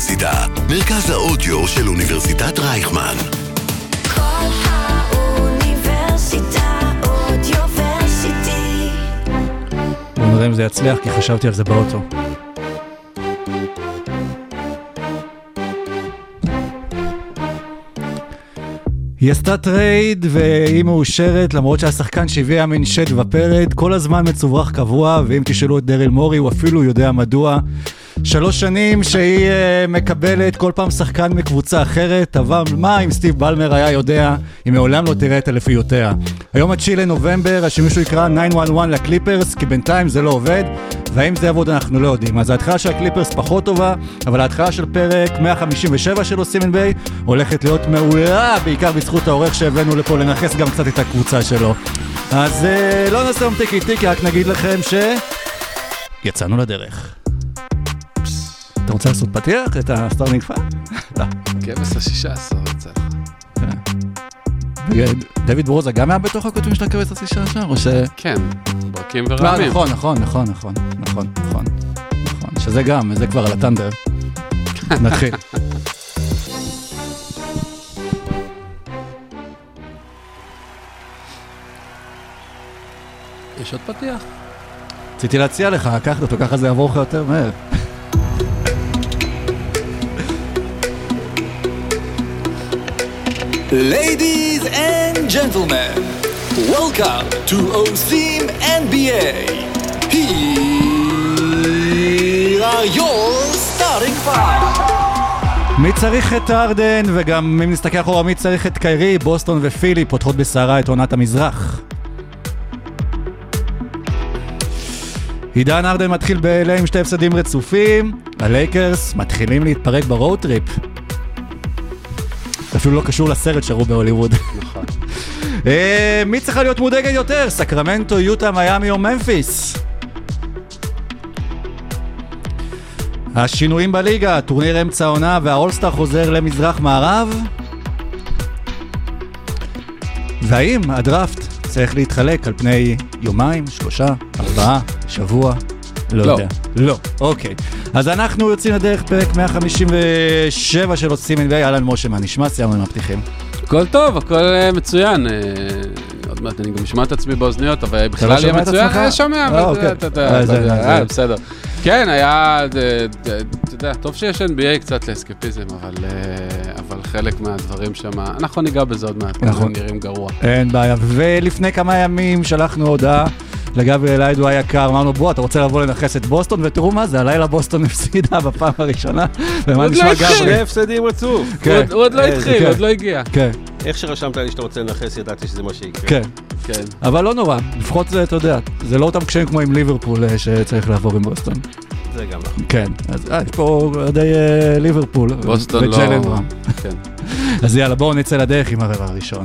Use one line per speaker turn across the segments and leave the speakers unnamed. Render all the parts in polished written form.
האוניברסיטה, מרכז האודיו של אוניברסיטת רייכמן.
כל האוניברסיטה אודיוורסיטי.
בואו נראה אם זה יצליח, כי חשבתי על זה באוטו. היא עשתה טרייד והיא מאושרת, למרות שהשחקן שהביא מין שד ופרד, כל הזמן מצוברח קבוע, ואם תשאלו את דריל מורי, הוא אפילו יודע מדוע. 3 שנים שהיא מקבלת כל פעם שחקן מקבוצה אחרת, אבל מה אם סטיב בלמר היה יודע, היא מעולם לא תראה את אלפיותיה. היום ה9 לנובמבר, שמישהו יקרא 911 לקליפרס, כי בינתיים זה לא עובד, והאם זה יעבוד אנחנו לא יודעים. אז ההתחלה של הקליפרס פחות טובה, אבל ההתחלה של פרק 157 של עושים NBA הולכת להיות מעולה, בעיקר בזכות העורך שהבאנו לפה לנחס גם קצת את הקבוצה שלו. אז לא נעשה ממתיקי טיקי, רק נגיד לכם יצאנו לדרך. אתה רוצה לעשות פתיח את הסטארטינג פייב? לא.
כבש ה-16 יצא לך.
דוד ברוזה גם היה בתוך הכותבים של הכבש ה-16 או ש...
כן, ברקים ורעמים.
נכון. שזה גם, זה כבר על הטנדר. נתחיל.
יש עוד פתיח?
רציתי להציע לך, קחת אותו, ככה זה יעבור לך יותר מהר.
Ladies and gentlemen, welcome to OSIM NBA. Here are your starting five.
מי צריך את ארדן, וגם אם נסתכל אחורה מי צריך את קיירי, בוסטון ופילי פותחות בסערה את עונת המזרח. עידן ארדן מתחיל ב-LA עם 2 הפסדים רצופים, הלייקרס מתחילים להתפרק ברוד-טריפ. אפילו לא קשור לסרט שראו בהוליווד.
נכון.
מי צריכה להיות מודאגת יותר? סקרמנטו, יוטה, מיאמי או ממפיס? השינויים בליגה, טורניר אמצע העונה והאולסטאר חוזר למזרח מערב? והאם הדראפט צריך להתחלק על פני יומיים, 3, 4, שבוע? לא יודע. לא, אוקיי. אז אנחנו יוצאים לדרך פרק 157 של עושים NBA. אהלן משה, מה נשמע? סיימנו עם הפתיחים.
הכל טוב, הכל מצוין. עוד מעט אני גם משמע את עצמי באוזניות, אבל בכלל יהיה מצוין. אני שומע, אבל בסדר. כן, היה, אתה יודע, טוב שיש NBA קצת לאסקפיזם, אבל חלק מהדברים שם, אנחנו ניגע בזה עוד מעט, אנחנו נראים גרוע.
אין בעיה, ולפני כמה ימים שלחנו הודעה לגבי אליידו היקר, אמרנו בוא, אתה רוצה לבוא לנחס את בוסטון, ותראו מה זה, הלילה בוסטון הפסידה בפעם הראשונה, ומה נשמע גברי?
שני הפסדים רצוף.
הוא עוד לא התחיל, עוד לא הגיע.
איך שרשמת לי שאתה רוצה לנחס, ידעתי שזה מה שיקרה.
כן. אבל לא נורא, לפחות זה, אתה יודע, זה לא אותם קשיים כמו עם ליברפול שצריך לעבור עם בוסטון.
זה גם נכון.
כן, אז יש פה די ליברפול.
בוסטון לא...
וג'יילן בראון.
כן.
אז יאללה, בואו נצא לדרך עם הרבע הראשון.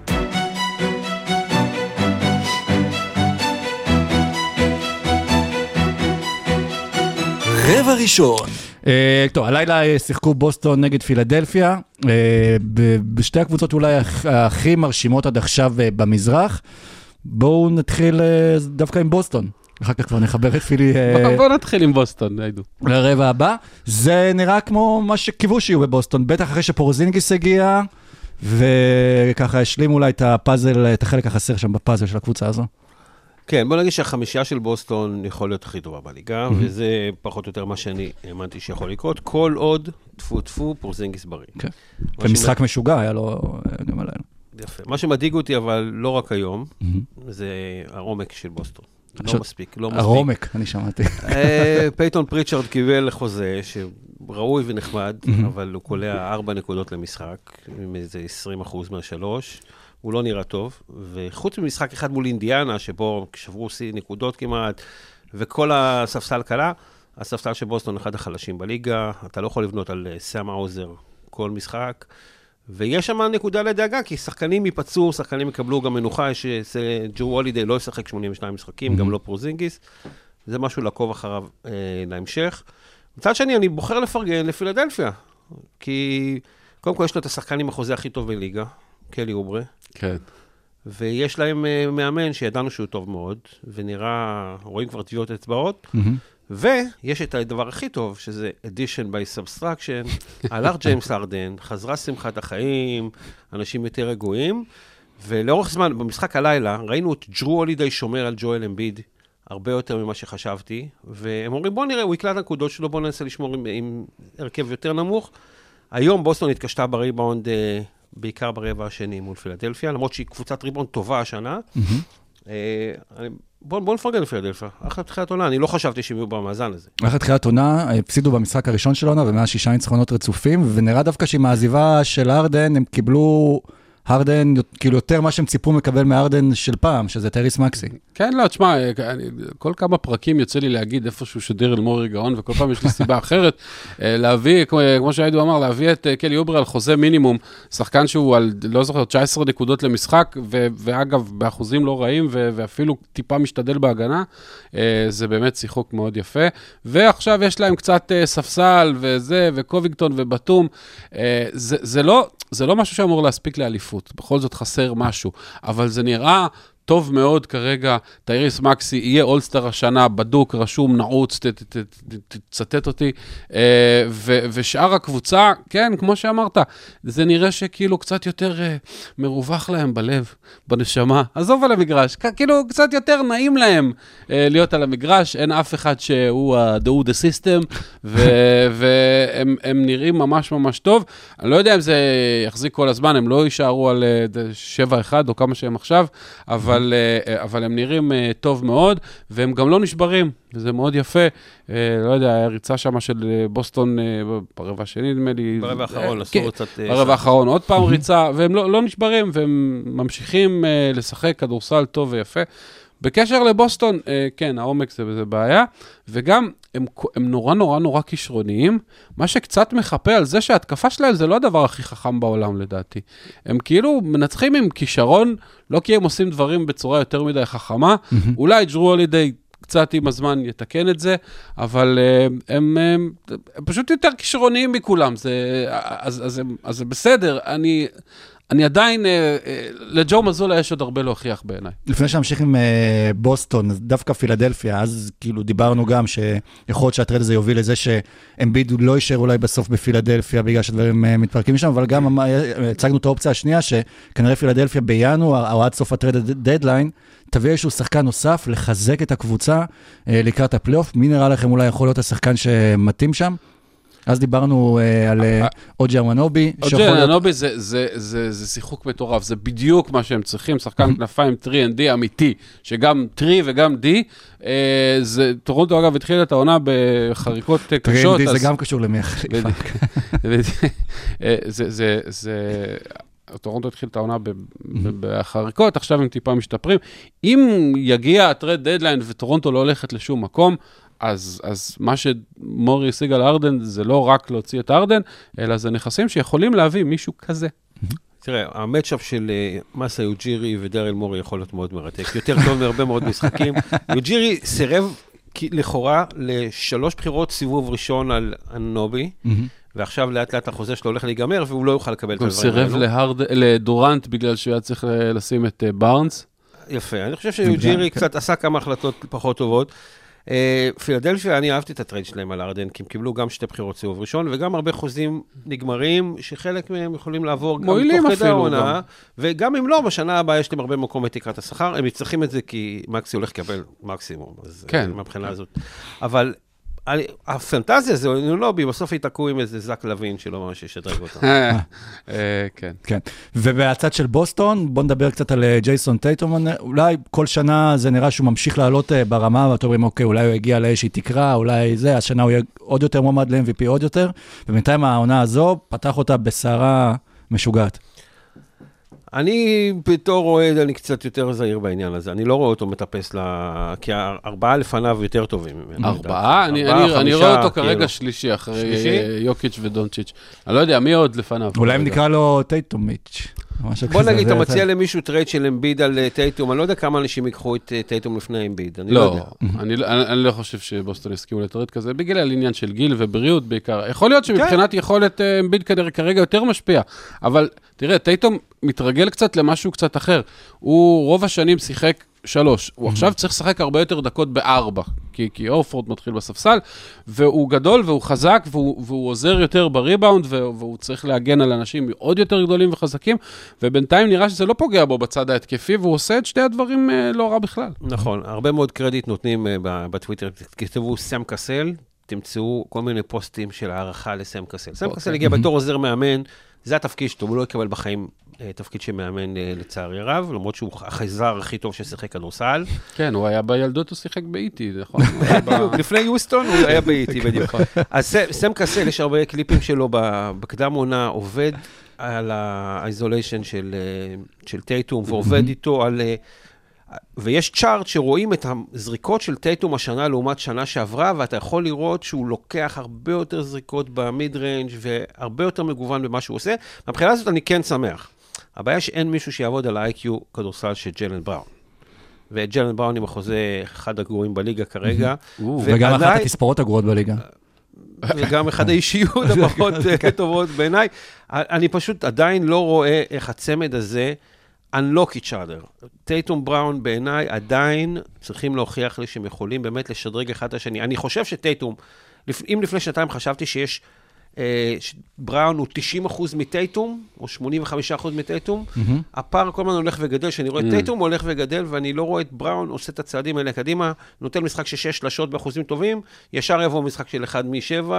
רבע ראשון.
טוב, הלילה שיחקו בוסטון נגד פילדלפיה, בשתי הקבוצות אולי הכי מרשימות עד עכשיו במזרח. בואו נתחיל דווקא עם בוסטון. אחר כך כבר נחבר את פילי...
בואו נתחיל עם בוסטון, היידו.
לרבע הבא. זה נראה כמו מה שקיוו שיהיו בבוסטון, בטח אחרי שפורזינגיס הגיע, וככה השלים אולי את הפאזל, את החלק החסר שם בפאזל של הקבוצה הזו.
כן, בוא נגיד שהחמישייה של בוסטון יכול להיות הכי טובה בליגה, וזה פחות או יותר מה שאני האמנתי שיכול לקרות, כל עוד טפו פורזינגיס בריא.
כן. ומשחק משוגע היה לו גם עלינו.
יפה. מה שמדאיג אותי, אבל לא רק היום, זה העומק של בוסטון. לא מספיק.
הרומק, אני שמעתי.
פייטון פריצ'רד קיבל לחוזה, שראוי ונחמד, אבל הוא קולע 4 נקודות למשחק, עם איזה 20% מהשלוש. הוא לא נראה טוב, וחוץ ממשחק אחד מול אינדיאנה, שבו שברו נקודות כמעט, וכל הספסל קלה, הספסל של בוסטון אחד החלשים בליגה, אתה לא יכול לבנות על סאם האוזר כל משחק, ויש שם נקודה לדאגה, כי שחקנים ייפצעו, שחקנים יקבלו גם מנוחה, שג'ו הולידיי לא ישחק 82 משחקים, גם לא פורזינגיס, זה משהו לעקוב אחריו להמשך. מצד שני, אני בוחר לפרגן לפילדלפיה, כי קודם כל יש לו את השחקן עם החוזה הכי טוב בליגה, קלי אוברה.
כן.
ויש להם מאמן שידענו שהוא טוב מאוד, ונראה, רואים כבר טביעות אצבעות, ויש את הדבר הכי טוב, שזה addition by subtraction, הלך ג'יימס הרדן, חזרה שמחת החיים, אנשים יותר רגועים, ולאורך זמן, במשחק הלילה, ראינו את ג'רו הולידיי שומר על ג'ואל אמביד, הרבה יותר ממה שחשבתי, והם אומרים, בוא נראה, הוא יקלט הנקודות שלו, בוא ננסה לשמור עם הרכב יותר נמוך. היום בוסטון התקשתה בריבאונד, בעיקר ברבע השני מול פילדלפיה, למרות שהיא קבוצת ריבאונד טובה השנה. בוא נפרגן לפילדלפיה, אחת תחילת עונה, אני לא חשבתי שהם יהיו במאזן הזה.
אחת תחילת עונה, הפסידו במשחק הראשון של העונה, ומאז 6 ניצחונות רצופים, ונראה דווקא שעם העזיבה של הרדן, הם קיבלו הרדן, כאילו יותר מה שהם ציפו מקבל מהרדן של פעם, שזה טייריס מקסי.
כן, לא, תשמע, כל כמה פרקים יוצא לי להגיד איפשהו שדריל מורי גאון, וכל פעם יש לי סיבה אחרת, להביא, כמו שהיידו אמר, להביא את קלי אובר על חוזה מינימום, שחקן שהוא על, לא זוכר, 19 נקודות למשחק, ואגב, באחוזים לא רעים, ואפילו טיפה משתדל בהגנה, זה באמת שיחוק מאוד יפה, ועכשיו יש להם קצת ספסל, וזה, וקובינגטון ובטום, זה לא משהו שאמור להספיק לאליפות, בכל זאת חסר משהו, אבל זה נראה טוב מאוד כרגע, טייריס מקסי יהיה אולסטר השנה, בדוק, רשום, נעוץ, תצטט אותי, ושאר הקבוצה, כן, כמו שאמרת, זה נראה שכאילו קצת יותר מרווח להם בלב, בנשמה, עזוב על המגרש, כאילו קצת יותר נעים להם להיות על המגרש, אין אף אחד שהוא the system, והם נראים ממש ממש טוב, אני לא יודע אם זה יחזיק כל הזמן, הם לא יישארו על 7-1 או כמה שהם עכשיו, אבל הם נראים טוב מאוד, והם גם לא נשברים, וזה מאוד יפה. לא יודע, הריצה שם של בוסטון ברבע השני, נדמה לי.
ברבע האחרון, עשו קצת...
ברבע האחרון, עוד פעם ריצה, והם לא נשברים, והם ממשיכים לשחק כדורסל טוב ויפה. בקשר לבוסטון, כן, העומק זה בעיה, וגם הם נורא נורא נורא כישרוניים, מה שקצת מחפה על זה שההתקפה שלהם זה לא הדבר הכי חכם בעולם לדעתי. הם כאילו מנצחים עם כישרון, לא כי הם עושים דברים בצורה יותר מדי חכמה, אולי ג'רו הולידיי קצת עם הזמן יתקן את זה, אבל הם פשוט יותר כישרוניים מכולם, אז זה בסדר, אני עדיין, לג'ו מזולה יש עוד הרבה להוכיח בעיניי.
לפני שנמשיך עם בוסטון, דווקא פילדלפיה, אז כאילו דיברנו גם שיכול להיות שהטרד הזה יוביל לזה שאמביד לא יישאר אולי בסוף בפילדלפיה, בגלל שדברים מתפרקים משם, אבל גם הצגנו את האופציה השנייה, שכנראה פילדלפיה בינואר, או עד סוף הטרד דדליין, תביא איזשהו שחקן נוסף לחזק את הקבוצה לקראת הפלייאוף. מי נראה לכם אולי יכול להיות השחקן שמתאים שם? אז דיברנו על אוג'י אנונובי.
אוג'י אנונובי זה שיחוק מטורף, זה בדיוק מה שהם צריכים, שחקן כנפיים 3&D אמיתי, שגם 3 וגם D, טורונטו אגב התחיל את העונה בחריקות קשות.
3&D זה גם קשור למי אחר.
טורונטו התחיל את העונה בחריקות, עכשיו הם טיפה משתפרים. אם יגיע הטרד דדליין וטורונטו לא הולכת לשום מקום, אז מה שמורי השיג על ארדן זה לא רק להוציא את ארדן, אלא זה נכסים שיכולים להביא מישהו כזה.
תראה, המאצ'אפ של מסה יוג'ירי ודריל מורי יכול להיות מאוד מרתק, יותר טוב מהרבה מאוד משחקים. יוג'ירי סירב לכאורה ל3 בחירות סיבוב ראשון על אנונובי, ועכשיו לאט לאט החוזה שלו הולך להיגמר, והוא לא יוכל לקבל את הדברים האלו.
הוא סירב לדורנט בגלל שהוא היה צריך לשים את בארנס.
יפה, אני חושב שיוג'ירי קצת עשה כמה החלטות פחות טובות. פילדלפיה, אני אהבתי את הטרייד שלהם על ארדן, כי הם קיבלו גם 2 בחירות סיבוב ראשון, וגם הרבה חוזים נגמרים, שחלק מהם יכולים לעבור גם תוך כדי העונה, וגם אם לא, בשנה הבאה יש להם הרבה מקום בתקרת השכר, הם צריכים את זה כי מקסי הולך לקבל מקסימום, אז מהבחינה הזאת. אבל הפנטזיה זה, אנונובי, בסוף יתקעו עם איזה זק לוין שלא ממש ישדרג אותם.
כן.
כן. ובצד של בוסטון, בוא נדבר קצת על ג'ייסון טייטום. אולי כל שנה זה נראה שהוא ממשיך לעלות ברמה, ואתה אומרים, אוקיי, אולי הוא הגיע לאיזושהי תקרה, אולי זה, השנה הוא יהיה עוד יותר מועמד ל-MVP עוד יותר, ובינתיים העונה הזו פתח אותה בסערה משוגעת.
אני בתור אוהד, אני קצת יותר זהיר בעניין הזה. אני לא רואה אותו מטפס כי 4 לפניו יותר טובים.
4? אני רואה אותו כרגע שלישי, אחרי יוקיץ' ודונצ'יץ'. אני לא יודע, מי עוד לפניו?
אולי אם נקרא לו טייטומיץ'.
בוא נגיד, אתה מציע למישהו טרייד של אמביד על טייטום, אני לא יודע כמה אנשים ייקחו את טייטום לפני אמביד.
לא, אני לא חושב שבוסטון יסכימו לטרייד כזה, בגלל עניין של גיל ובריאות בעיקר. יכול להיות שמבחינת יכולת אמביד כרגע יותר משפיע, אבל תראה, טייטום מתרגל קצת למשהו קצת אחר. הוא רוב השנים שיחק 3. הוא עכשיו צריך לשחק הרבה יותר דקות ב4, כי אורפורד מתחיל בספסל, והוא גדול והוא חזק, והוא עוזר יותר בריבאונד, והוא צריך להגן על אנשים עוד יותר גדולים וחזקים, ובינתיים נראה שזה לא פוגע בו בצד ההתקפי, והוא עושה את שתי הדברים לא רע בכלל.
נכון, הרבה מאוד קרדיט נותנים בטוויטר, כתבו סם קסל, תמצאו כל מיני פוסטים של הערכה לסם קסל. סם קסל הגיע בתור עוזר מאמן, זה התפקיד שלו, הוא לא יקבל בחיים תפקיד שמאמן לצערי רב, למרות שהוא החייזר הכי טוב ששיחק כדורסל.
כן, הוא היה בילדות, הוא שיחק באיטי, נכון?
לפני יוסטון הוא היה באיטי, בדיוק. אז סם קסל, יש הרבה קליפים שלו בקדם עונה, עובד על האיזוליישן של טייטום, ועובד איתו על... ויש צ'ארט שרואים את הזריקות של טייטום השנה לעומת שנה שעברה, ואתה יכול לראות שהוא לוקח הרבה יותר זריקות במיד ריינג' והרבה יותר מגוון במה שהוא עושה. מבחינה הזאת אני כן שמח. הבעיה שאין מישהו שיעבוד על ה-IQ כדורסל של ג'לן בראון. וג'לן בראון עם החוזה אחד הגרועים בליגה כרגע.
וגם אחת התספורות הגרועות בליגה.
וגם אחד האישיות הפחות טובות בעיניי. אני פשוט עדיין לא רואה איך הצמד הזה unlock each other. טייטום בראון בעיניי עדיין צריכים להוכיח לי שהם יכולים באמת לשדרג אחד השני. אני חושב שטייטום, אם לפני שנתיים חשבתי שיש בראון הוא 90% מטייטום, או 85% מטייטום, הפער כל הזמן הולך וגדל, שאני רואה טייטום הולך וגדל, ואני לא רואה את בראון עושה את הצעדים האלה קדימה, נותן משחק של 6 שלשות באחוזים טובים, ישר יבוא משחק של 1 מ-7,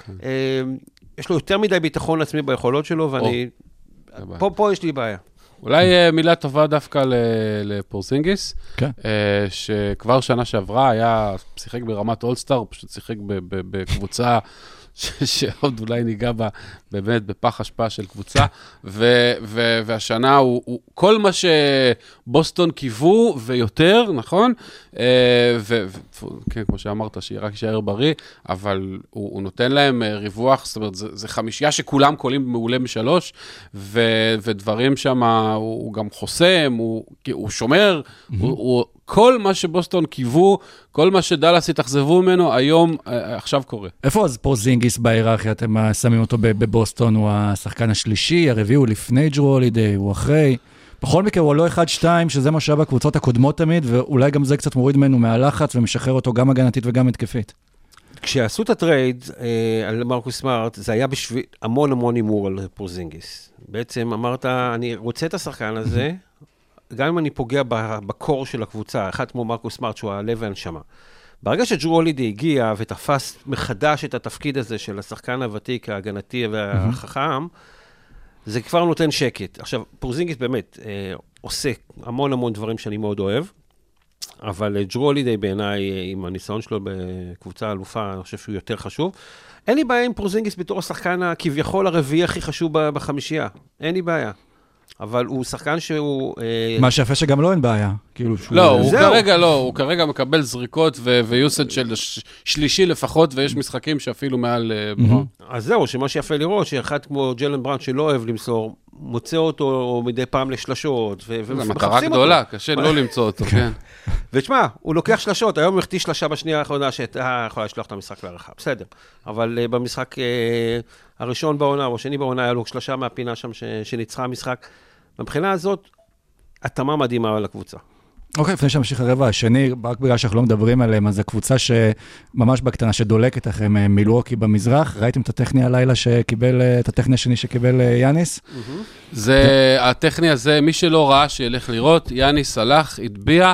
יש לו יותר מדי ביטחון עצמי ביכולות שלו, ואני... פה יש לי בעיה.
אולי מילה טובה דווקא לפורזינגיס, שכבר שנה שעברה היה שיחק ברמת אולסטאר, הוא פשוט שיחק בקבוצה שעוד אולי ניגע בה באמת בפח השפעה של קבוצה, והשנה הוא כל מה שבוסטון קיוו ויותר, נכון? כן, כמו שאמרת, שרק יישאר בריא, אבל הוא נותן להם ריווח, זאת אומרת, זה חמישייה שכולם קולים מעולה משלוש, ודברים שם, הוא גם חוסם, הוא שומר, כל מה שבוסטון קיוו, כל מה שדלס התאכזבו ממנו, היום, עכשיו קורה.
איפה אז פורזינגיס בהיררכיה? אתם שמים אותו בבוסטון, הוא השחקן השלישי, הרביעי הוא לפני ג'רו הולידיי, הוא אחרי. בכל מקרה, הוא לא 1-2, שזה מה שהיה בקבוצות הקודמות תמיד, ואולי גם זה קצת מוריד ממנו מהלחץ, ומשחרר אותו גם הגנתית וגם התקפית.
כשעשו את הטרייד על מרקוס סמארט, זה היה בשביל המון אימור על פורזינגיס. בעצם אמרת, אני רוצה את השחקן הזה, גם אם אני פוגע בקור של הקבוצה, אחד כמו מרקוס סמארט, שהוא הלב והנשמה. ברגע שג'רו הולידיי הגיע ותפס מחדש את התפקיד הזה של השחקן הוותיק, ההגנתי והחכם, זה כבר נותן שקט. עכשיו, פורזינגיס באמת עושה המון דברים שאני מאוד אוהב, אבל ג'רו הולידיי בעיניי, עם הניסיון שלו בקבוצה אלופה, אני חושב שהוא יותר חשוב. אין לי בעיה עם פורזינגיס בתור השחקן הכביכול הרביעי הכי חשוב בחמישייה. אין לי בעיה. אבל הוא שחקן שהוא...
מה שיפה שגם לא אין בעיה.
לא, הוא כרגע מקבל זריקות ויוסד של שלישי לפחות, ויש משחקים שאפילו מעל בראון.
אז זהו, שמה שיפה לראות, שאחד כמו ג'לן בראון שלא אוהב למסור, מוצא אותו מדי פעם לשלשות,
זו מטרה גדולה, קשה לא למצוא אותו, כן.
ותשמע, הוא לוקח שלשות, היום הוא החטיא שלשה בשנייה האחרונה, שאתה יכולה לשלוח את המשחק להערכה, בסדר. אבל במשחק הראשון בעונה, או שני בעונה, היה לו שלשה מהפינה שם שניצחה המשחק. מבחינה הזאת, התאמה מדהימה על הקבוצה.
אוקיי, לפני שהמשיך הרבע השני, רק בגלל שאנחנו לא מדברים עליהם, אז זו קבוצה שממש בקטנה שדולקת אחריהם מילווקי במזרח. ראיתם את הטכני הלילה שקיבל, את הטכני השני שקיבל יאניס?
זה, הטכני הזה, מי שלא ראה שילך לראות, יאניס הלך, התביע,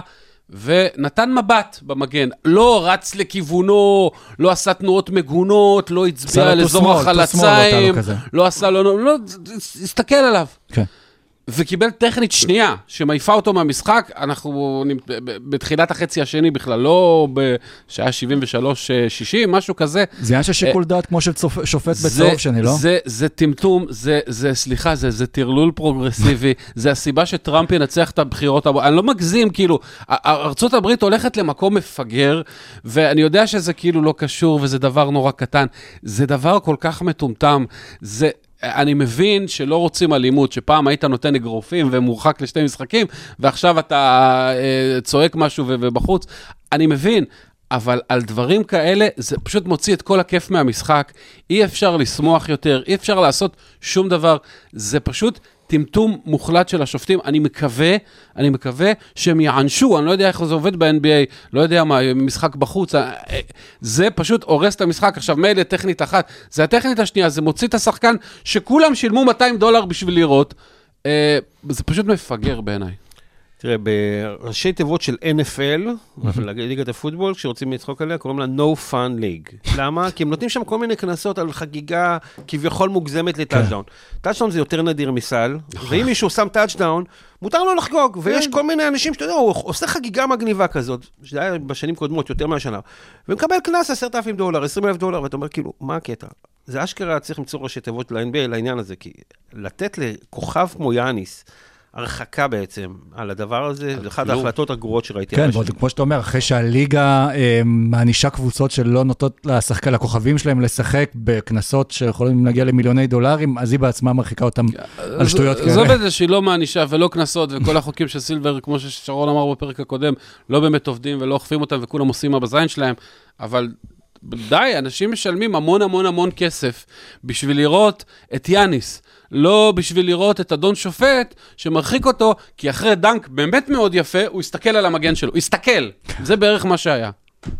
ונתן מבט במגן. לא רץ לכיוונו, לא עשה תנועות מגונות, לא הצביע על אזור החלציים, לא עשה, לא, הסתכל עליו. כן. וקיבל טכנית שנייה, שמעיפה אותו מהמשחק, אנחנו בתחילת החצי השני בכלל, לא בשעה 73-60, משהו כזה.
זה עניין של שיקול דעת כמו של שופט בצהוב שני, לא?
זה טמטום, סליחה, זה תרלול פרוגרסיבי, זה הסיבה שטראמפ ינצח את הבחירות, אני לא מגזים, כאילו, ארצות הברית הולכת למקום מפגר, ואני יודע שזה כאילו לא קשור, וזה דבר נורא קטן, זה דבר כל כך מטומטם, אני מבין שלא רוצים אלימות, שפעם היית נותן אגרופים ומורחק לשתי משחקים, ועכשיו אתה צועק משהו ובחוץ. אני מבין, אבל על דברים כאלה, זה פשוט מוציא את כל הכיף מהמשחק. אי אפשר לשמוח יותר, אי אפשר לעשות שום דבר. זה פשוט טמטום מוחלט של השופטים. אני מקווה שהם יענשו, אני לא יודע איך זה עובד ב-NBA, לא יודע מה, משחק בחוץ, זה פשוט הורס את המשחק. עכשיו, מילא טכנית אחת, זה הטכנית השנייה, זה מוציא את השחקן שכולם שילמו $200 בשביל לראות, זה פשוט מפגר בעיניי.
תראה, בראשי תיבות של NFL, ליגת הפוטבול, כשרוצים לצחוק עליה, קוראים לה No Fun League. למה? כי הם נותנים שם כל מיני כנסות על חגיגה כביכול מוגזמת לטאצ'דאון. טאצ'דאון זה יותר נדיר מסל, ואם מישהו שם טאצ'דאון, מותר לו לחגוג, ויש כל מיני אנשים שאתה יודע, הוא עושה חגיגה מגניבה כזאת, שזה היה בשנים קודמות, יותר מהשנה, ומקבל קנס $10,000, $20,000, ואתה אומר, כאילו, מה הקטע? זה אשכרה צריך למצוא ראשי תיבות ל-NBA לעניין הזה, כי לתת לכוכב כמו יאניס, הרחקה בעצם על הדבר הזה, זה אחת ההחלטות הגרועות שראיתי.
כן, כמו שאתה אומר, אחרי שהליגה מענישה קבוצות שלא נוטות לשחקן, לכוכבים שלהם לשחק בכנסות שיכולים להגיע למיליוני דולרים, אז היא בעצמה מרחיקה אותם על שטויות כאלה.
זו בזה שהיא לא מענישה ולא כנסות, וכל החוקים של סילבר, כמו ששרון אמר בפרק הקודם, לא באמת עובדים ולא אוכפים אותם, וכולם עושים מה בזין שלהם, אבל די, אנשים משלמים המון המון המון כסף בשביל לראות את יאניס, לא בשביל לראות את אדון שופט שמרחיק אותו, כי אחרי דנק באמת מאוד יפה, הוא הסתכל על המגן שלו. הוא הסתכל. זה בערך מה שהיה.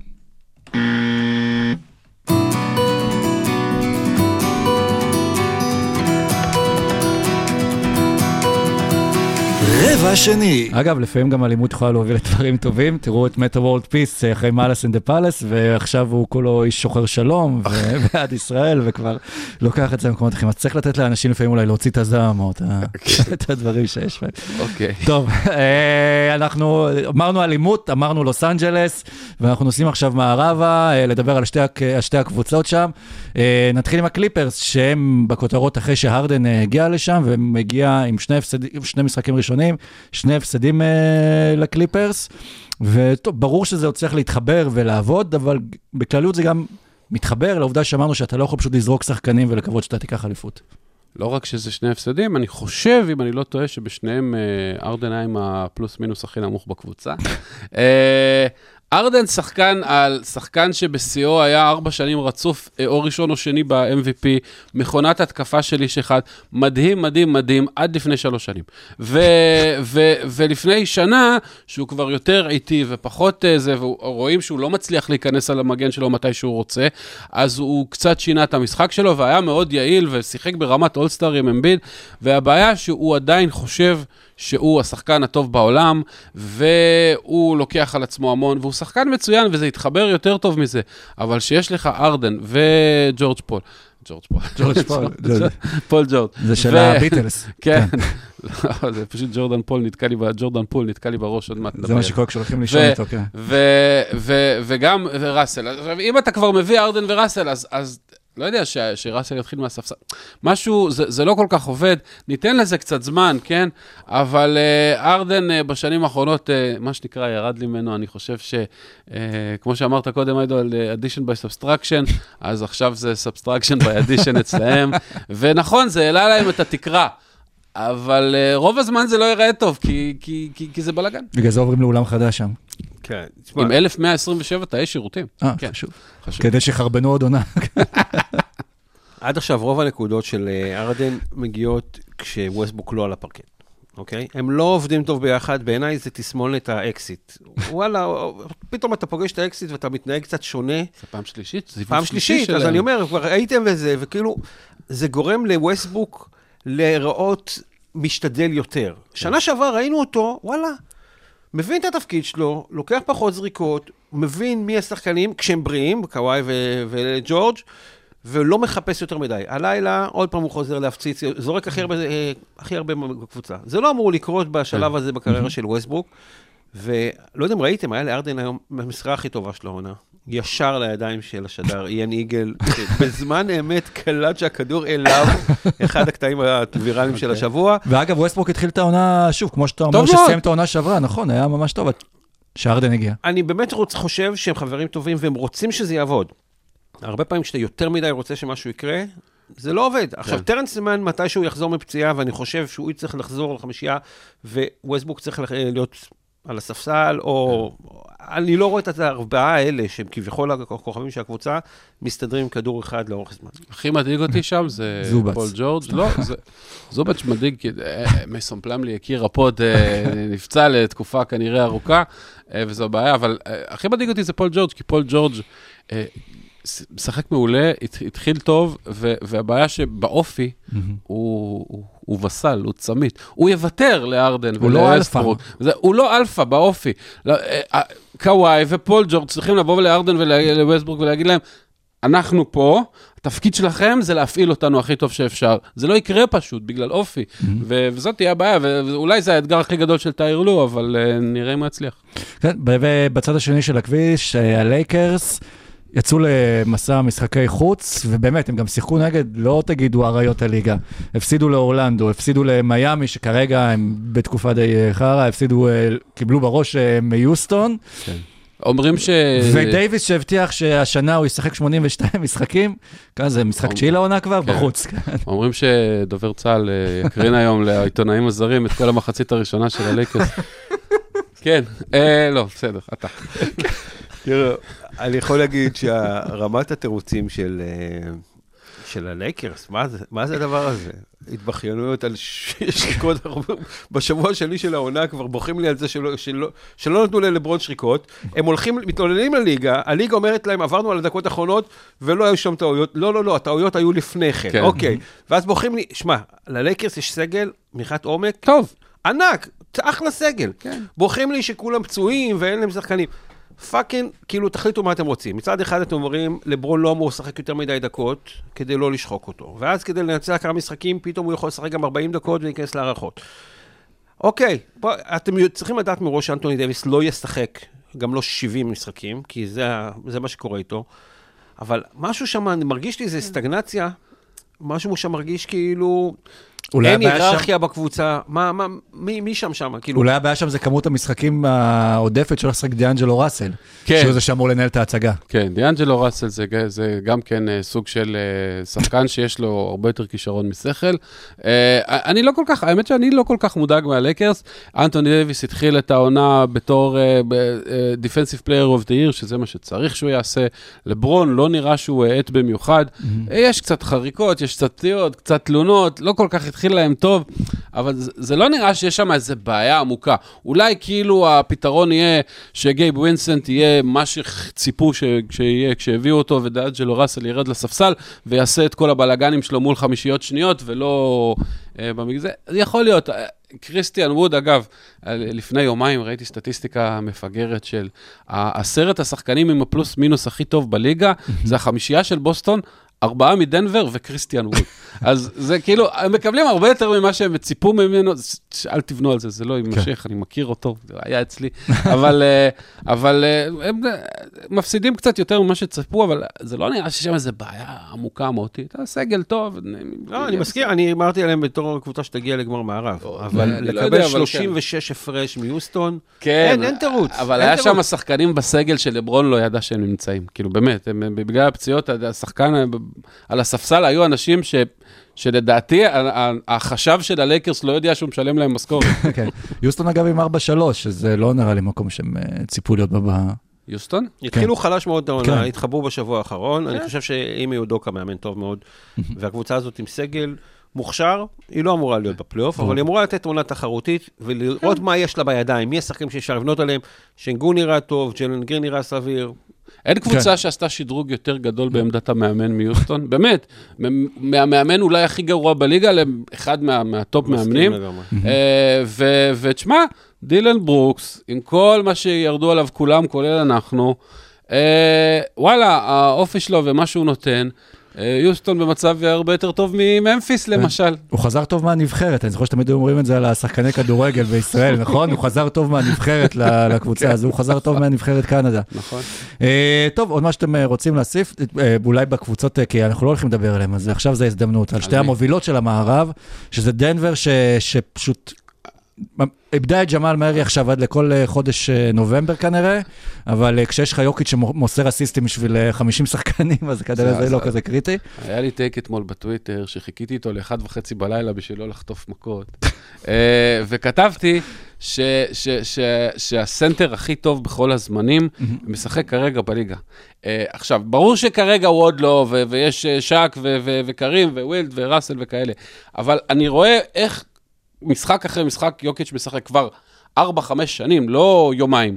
רבע שני.
אגב, לפעמים גם אלימות יכולה להוביל לדברים טובים. תראו את מטה וורלד פיס אחרי מאלס אין דה פלס, ועכשיו הוא כולו איש שוחר שלום, ועד ישראל, וכבר לוקח את זה במקומות אחרים. אז צריך לתת לאנשים לפעמים אולי להוציא את הזעם, או את הדברים שיש.
אוקיי.
טוב, אנחנו אמרנו אלימות, אמרנו לוס אנג'לס, ואנחנו נוסעים עכשיו מערבה, לדבר על שתי הקבוצות שם. נתחיל עם הקליפרס, שהם בכותרות אחרי שהרדן הגיע לשם, ומגיע עם שני משחקים ראשונים, שני הפסדים לקליפרס, וטוב, ברור שזה עוד צריך להתחבר ולעבוד, אבל בכללות זה גם מתחבר לעובדה שאמרנו שאתה לא יכול פשוט לזרוק שחקנים ולקוות שאתה תיקח אליפות.
לא רק שזה שני הפסדים, אני חושב, אם אני לא טועה, שבשניהם ארדן היה עם הפלוס מינוס הכי נמוך בקבוצה. ארדן שחקן שבשיאו היה 4 שנים רצוף, או ראשון או שני ב-MVP, מכונת התקפה של איש אחד, מדהים, מדהים, מדהים, עד לפני 3 שנים. ולפני שנה, שהוא כבר יותר איטי ופחות זה, ורואים שהוא לא מצליח להיכנס על המגן שלו מתי שהוא רוצה, אז הוא קצת שינה את המשחק שלו, והיה מאוד יעיל, ושיחק ברמת אולסטאר עם אמביד, והבעיה שהוא עדיין חושב שהוא השחקן הטוב בעולם, והוא לוקח על עצמו המון, והוא שחקן מצוין, וזה יתחבר יותר טוב מזה. אבל שיש לך ארדן וג'ורג' פול, פול ג'ורג'.
זה של הביטלס.
כן. זה פשוט ג'ורדן פול נתקע לי בראש עוד מעט.
זה מה שקורה כשהולכים לישון איתו, כן.
וגם ראסל. עכשיו, אם אתה כבר מביא ארדן וראסל, אז לא יודע שראסל יתחיל מהספסל. משהו, זה לא כל כך עובד, ניתן לזה קצת זמן, כן? אבל ארדן בשנים האחרונות, מה שנקרא, ירד לי ממנו, אני חושב כמו שאמרת קודם, היידו על addition by subtraction, אז עכשיו זה subtraction by addition אצלהם, ונכון, זה העלה להם את התקרה, אבל רוב הזמן זה לא ייראה טוב, כי זה בלגן.
בגלל זה עוברים לאולם חדש שם.
כן.
עם 1127 תאי שירותים.
חשוב. כדי שחרבנו עוד עונה.
עד עכשיו רוב הנקודות של ארדן מגיעות כשווסטברוק לא על הפרקט. אוקיי? הם לא עובדים טוב ביחד, בעיניי זה תסמולת האקסיט. וואלה, פתאום אתה פוגש את האקסיט ואתה מתנהג קצת שונה.
זה פעם שלישית?
פעם שלישית, אז אני אומר, כבר הייתם וזה, וכאילו, זה גורם לווסטברוק להיראות משתדל יותר. שנה שעבר ראינו אותו, וואלה, מבין את התפקיד שלו, לוקח פחות זריקות, מבין מי השחקנים כשהם בריאים, קוואי וג'ורג', ולא מחפש יותר מדי. הלילה, עוד פעם הוא חוזר להפציץ, זורק הכי הרבה בקבוצה. זה לא אמור לקרות בשלב הזה בקריירה של ווסטברוק, ולא יודע אם ראיתם, היה לארדן היום המשרה הכי טובה של העונה. ישר לידיים של השדר, איין איגל, בזמן האמת קלט שהכדור אליו, אחד הקטעים הוויראליים של השבוע.
ואגב, ווסטברוק התחיל את העונה, שוב, כמו שאתה אומר, שסיים את העונה שעברה, נכון, היה ממש טוב, שארדן הגיע.
אני באמת חושב שהם חברים טובים, והם רוצים שזה יעבוד. הרבה פעמים כשאתה יותר מדי רוצה שמשהו יקרה, זה לא עובד. עכשיו, טרנס מן, מתי שהוא יחזור מפציעה, ואני חושב שהוא צריך לחזור לחמישייה, וווסטברוק צריך להיות על הספסל, או אני לא רואה את הארבעה האלה, שהם כביכול הכוכבים של הקבוצה, מסתדרים עם כדור אחד לאורך זמן.
הכי מדאיג אותי שם זה פול ג'ורג'. לא, זובץ' מדאיג, כי מייסון פלמלי הכיר הפוד, נפצע לתקופה כנראה ארוכה, וזו הבעיה, אבל הכי מדאיג אותי זה פול ג'ורג', כי פול ג'ורג' משחק מעולה, התחיל טוב, והבעיה שבאופי הוא וסל, הוא צמית. הוא יוותר לארדן ולווסטברוק. הוא לא אלפא באופי. קוואי ופול ג'ורג' צריכים לבוא לארדן ולווסטברוק ולהגיד להם, אנחנו פה, התפקיד שלכם זה להפעיל אותנו הכי טוב שאפשר. זה לא יקרה פשוט, בגלל אופי. וזאת תהיה הבעיה, ואולי זה האתגר הכי גדול של טייר לו, אבל נראה אם הוא יצליח.
כן, בצד השני של הכביש, הלייקרס, יצאו למסע משחקי חוץ, ובאמת, הם גם שיחקו נגד, לא תגידו אריות הליגה, הפסידו לאורלנדו, הפסידו למיימי, שכרגע הם בתקופה די חרה, הפסידו, קיבלו בראש מיוסטון.
כן. אומרים
ודייביס שהבטיח שהשנה הוא ישחק 82 משחקים, כאן זה משחק תשיעי לעונה כבר, בחוץ.
אומרים שדובר צה"ל יקרין היום לעיתונאים הזרים את כל המחצית הראשונה של הלייקרס. כן, לא, בסדר, אתה.
תראו, אני יכול להגיד שהרמת התירוצים של הלייקרס, מה זה הדבר הזה? התבכיינויות על שריקות, בשבוע שלי של העונה כבר בוכים לי על זה שלא נתנו לברון שריקות, הם הולכים, מתעוללים לליגה, הליגה אומרת להם, עברנו על הדקות האחרונות, ולא היו שם טעויות, לא, הטעויות היו לפני כן, אוקיי, ואז בוכים לי, שמע, ללייקרס יש סגל, מיכת עומק, טוב, ענק, אחלה סגל, בוכים לי שכולם פצועים ואין להם שחקנים, פאקינג, כאילו תחליטו מה אתם רוצים. מצד אחד אתם אומרים, לברון לא אמור לשחק יותר מדי דקות, כדי לא לשחוק אותו. ואז כדי לנצח כמה משחקים, פתאום הוא יכול לשחק גם 40 דקות ולהיכנס להערכות. אוקיי, אתם צריכים לדעת מראש שאנטוני דייביס לא ישחק, גם לא 70 משחקים, כי זה מה שקורה איתו. אבל משהו שם, אני מרגיש לי, זה סטגנציה, משהו שם מרגיש כאילו... אין היררכיה בקבוצה, מי שם?
אולי הבעיה שם זה כמות המשחקים העודפת של לשחק דיאנג'לו ראסל, שהוא זה שאמור לנהל את ההצגה.
כן, דיאנג'לו ראסל זה גם כן סוג של שחקן שיש לו הרבה יותר כישרון משכל. אני לא כל כך, האמת שאני לא כל כך מודאג מהלייקרס. אנטוני דייביס התחיל את העונה בתור Defensive Player of the Year, שזה מה שצריך שהוא יעשה. לברון לא נראה שהוא העט במיוחד. יש קצת חריקות, יש קצת פציעות, קצת תלונות, לא כל כך התחיל להם טוב, אבל זה לא נראה שיש שם איזו בעיה עמוקה. אולי כאילו הפתרון יהיה שגייב ווינסנט יהיה מה שציפו שיהיה כשהביאו אותו, ודיאנג'לו ראסל ירד לספסל, ויעשה את כל הבלגנים שלו מול 50 שניות, ולא במגזר. זה יכול להיות. קריסטיאן ווד, אגב, לפני יומיים ראיתי סטטיסטיקה מפגרת של 10 השחקנים עם הפלוס מינוס הכי טוב בליגה, זה 5 של בוסטון, 4 מדנבר וקריסטיאן ווד. אז זה כאילו, הם מקבלים הרבה יותר ממה שהם ציפו ממנו, אל תבנו על זה, זה לא יימשך, אני מכיר אותו, זה היה אצלי, אבל הם מפסידים קצת יותר ממה שצפו, אבל זה לא נראה ששם איזו בעיה עמוקה מהותית, סגל טוב.
לא, אני מזכיר, אני אמרתי עליהם בתור קבוצה שתגיע לגמר מערב, אבל לקבל 36 הפרש מיוסטון, אין תירוץ.
אבל היה שם השחקנים בסגל של לברון לא ידע שהם נמצאים, כאילו באמת, בגלל הפציעות, השחקן על הספסל היו אנשים שלדעתי החשב של הלייקרס לא יודע שהוא משלם להם משכורת.
כן. יוסטון אגב עם 4-3, שזה לא נראה לי מקום שהם ציפו להיות בבא.
יוסטון?
התחילו חלש מאוד העונה, התחברו בשבוע האחרון, אני חושב שאם יהודוקה מאמן טוב מאוד, והקבוצה הזאת עם סגל מוכשר, היא לא אמורה להיות בפלייאוף, אבל היא אמורה לתת עונה תחרותית, ולראות מה יש לה בידיים, מי השחקנים שאפשר לבנות עליהם, שנגון נראה טוב, ג'לן גרין נראה סביר.
אין קבוצה שעשתה שדרוג יותר גדול בעמדת המאמן מיוסטון, באמת, מהמאמן אולי הכי גרוע בליגה, לאחד מהטופ מאמנים, ותשמע, דילן ברוקס, עם כל מה שירדו עליו כולם, כולל אנחנו, וואלה, האופי שלו ומה שהוא נותן, יוסטון במצב הרבה יותר טוב מממפיס למשל.
הוא חזר טוב מהנבחרת, אני זוכר שתמיד אומרים את זה על השחקני כדורגל בישראל, נכון? הוא חזר טוב מהנבחרת לקבוצה הזו, הוא חזר טוב מהנבחרת קנדה.
נכון.
טוב, עוד מה שאתם רוצים להוסיף, אולי בקבוצות, כי אנחנו לא הולכים לדבר עליהם, אז עכשיו זה הזדמנות, על שתי המובילות של המערב, שזה דנבר שפשוט איבדה את ג'מאל מרי עכשיו עד לכל חודש נובמבר כנראה, אבל כשיש לך יוקיץ' שמוסר אסיסטים בשביל 50 שחקנים, אז כנראה זה לא כזה קריטי.
היה לי טייק אתמול בטוויטר, שחיכיתי איתו ל1:30 בלילה בשביל לא לחטוף מכות, וכתבתי שהסנטר הכי טוב בכל הזמנים, משחק כרגע בליגה. עכשיו, ברור שכרגע הוא עוד לא, ויש שק וקרים ווילד וראסל וכאלה, אבל אני רואה איך משחק אחרי משחק יוקיץ' משחק כבר 4-5 שנים, לא יומיים.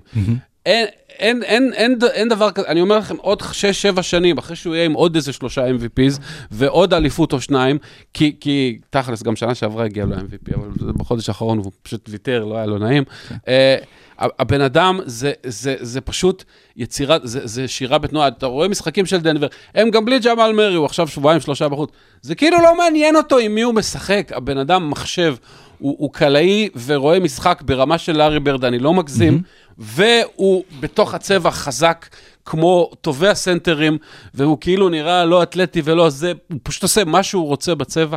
אין דבר כזה, אני אומר לכם, עוד 6-7 שנים, אחרי שהוא יהיה עם עוד איזה 3 MVPs, ועוד אליפות או 2, כי תכלס, גם שנה שעברה הגיע לו MVP, אבל בחודש האחרון הוא פשוט ויתר, לא היה לו נעים. הבן אדם זה פשוט יצירה, זה שירה בתנועה, אתה רואה משחקים של דנבר, הם גם בלי ג'מאל מרי, הוא עכשיו 2-3 בחוץ, זה כאילו לא מעניין אותו עם מי הוא משחק, הבן אדם מחשב, הוא קלעי ורואה משחק ברמה של לארי ברד, אני לא מגזים, והוא בתוך הצבע חזק, כמו טובי הסנטרים, והוא כאילו נראה לא אתלטי ולא זה, הוא פשוט עושה מה שהוא רוצה בצבע.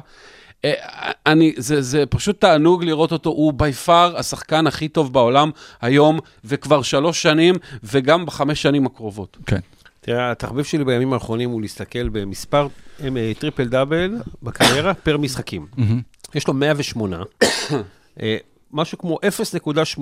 זה פשוט תענוג לראות אותו, הוא ביפר השחקן הכי טוב בעולם היום, וכבר 3 שנים, וגם ב5 שנים הקרובות.
כן.
תראה, התחביב שלי בימים האחרונים הוא להסתכל במספר טריפל דאבל בקריירה פר משחקים. יש לו 108, משהו כמו 0.18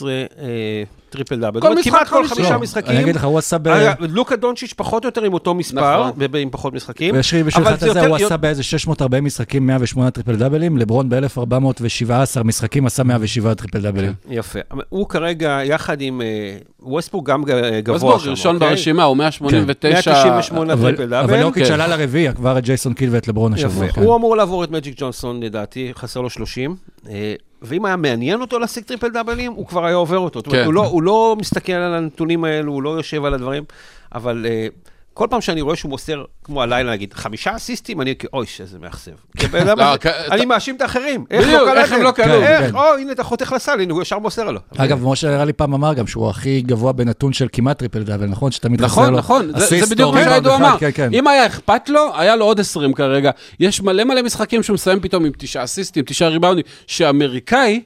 טריפל דאבל. כמעט כל 5 משחקים.
אני אגיד לך, הוא עשה
לוקה דונצ'יץ' פחות או יותר עם אותו מספר, ועם פחות משחקים.
וישרי בשביל חצי זה, הוא עשה באיזה 640 משחקים, 108 טריפל דאבלים, לברון ב-1417 משחקים עשה 107 טריפל דאבלים.
יפה. הוא כרגע, יחד עם ווסטבורג גם גבוה.
ווסטבורג ראשון ברשימה, הוא 189.
198 טריפל דאבל.
אבל יוקיץ' עלה לרביעי, כבר את ג'ייסון קיל ואת לברון השבוע.
הוא אמור לעבור את מג'יק ג'ונסון, לדעתי, חסר לו 30. ואם היה מעניין אותו להשיג טריפל דאבלים, הוא כבר היה עובר אותו. הוא לא מסתכל על הנתונים האלו, הוא לא יושב על הדברים, אבל כל פעם שאני רואה שהוא מוסר, כמו הלילה, נגיד, 5 אסיסטים, אני אוי, שזה מאכזב. אני מאשים את האחרים. איך הם לא קלו? הנה, אתה חותך לסל, הנה, הוא ישר מוסר עליו.
אגב, משה הראה לי פעם אמר גם, שהוא הכי גבוה בנתון של כמעט טריפל דאבל, נכון? שתמיד חסר לו.
נכון, זה בדיוק מה שהידו אמר. אם היה אכפת לו, היה לו עוד 20 כרגע. יש מלא משחקים שהוא מסיים פתאום עם 9 אסיסטים, 9 ריבאונדים, שאמריקאי,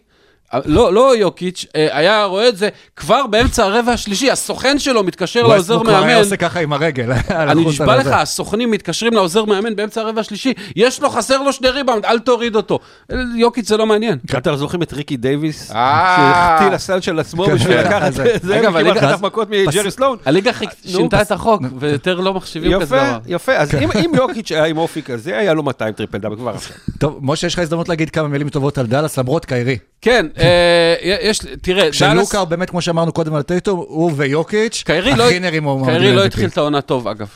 לא יוקיץ', היה רואה את זה כבר באמצע הרבע השלישי, הסוכן שלו מתקשר לעוזר מאמן. הוא היה
עושה ככה עם הרגל.
אני נשבע לך, הסוכנים מתקשרים לעוזר מאמן באמצע הרבע השלישי, חסר לו 2 ריבאונד, אל תוריד אותו. יוקיץ' זה לא מעניין.
אתם זוכרים את ריקי דייביס, שהחטיא לסל של עצמו בשביל לקחת את זה, וכמעט חטף מכות מג'רי סלון.
הליגה שינתה את החוק, ויותר לא מחשיבים כזה דבר.
יפה, אז אם יוקיץ' היה עם אופי כזה, היה לו 200 טריפל דאבל כבר.
טוב, משה, יש לך הזדמנות להגיד כמה מילים טובות על דאלאס, למרות קיירי.
כן, תראה,
שלוקה הוא באמת, כמו שאמרנו קודם על טייטום, הוא ויוקיץ',
קיירי לא התחיל את העונה טוב, אגב.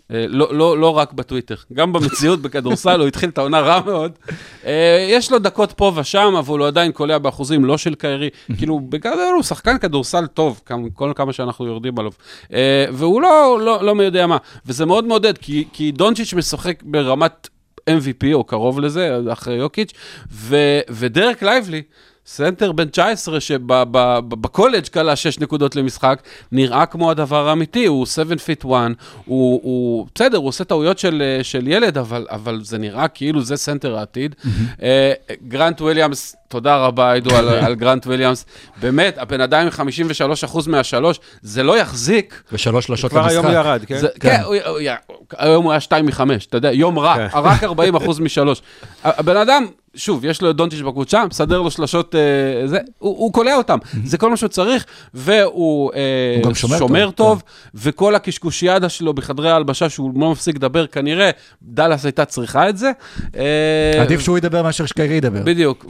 לא רק בטוויטר, גם במציאות בכדורסל, הוא התחיל את העונה רע מאוד. יש לו דקות פה ושם, אבל הוא עדיין קולע באחוזים לא של קיירי, כאילו, בגדול הוא שחקן כדורסל טוב, כל כמה שאנחנו יורדים עליו. והוא לא מי יודע מה, וזה מאוד מעודד, כי דונצ'יץ' משחק ברמת MVP, או קרוב לזה, אחרי יוקיץ', ודרק לייבלי, סנטר בן 19 שבקולג' קלה 6 נקודות למשחק, נראה כמו הדבר האמיתי, הוא 7'1", הוא בסדר, הוא עושה טעויות של ילד, אבל זה נראה כאילו זה סנטר העתיד. גרנט וויליאמס, תודה רבה, עידו, על גרנט וויליאמס. באמת, הבן אדם עם 53% מהשלוש, זה לא יחזיק.
ושלוש שלושות
כבר היום הוא ירד, כן?
כן, היום הוא היה 2-5, אתה יודע, יום רע, רק 40% משלוש. הבן אדם, שוב, יש לו דונצ'יץ' בקבוצה, מסדר לו שלושות, הוא קולע אותם. זה כל מה שהוא צריך, והוא שומר טוב, וכל הקשקושיאדה שלו בחדרי ההלבשה, שהוא לא מפסיק לדבר, כנראה, דאלאס הייתה צריכה את זה.
עדיף שהוא ידבר מאשר שקיירי ידבר.
בדיוק.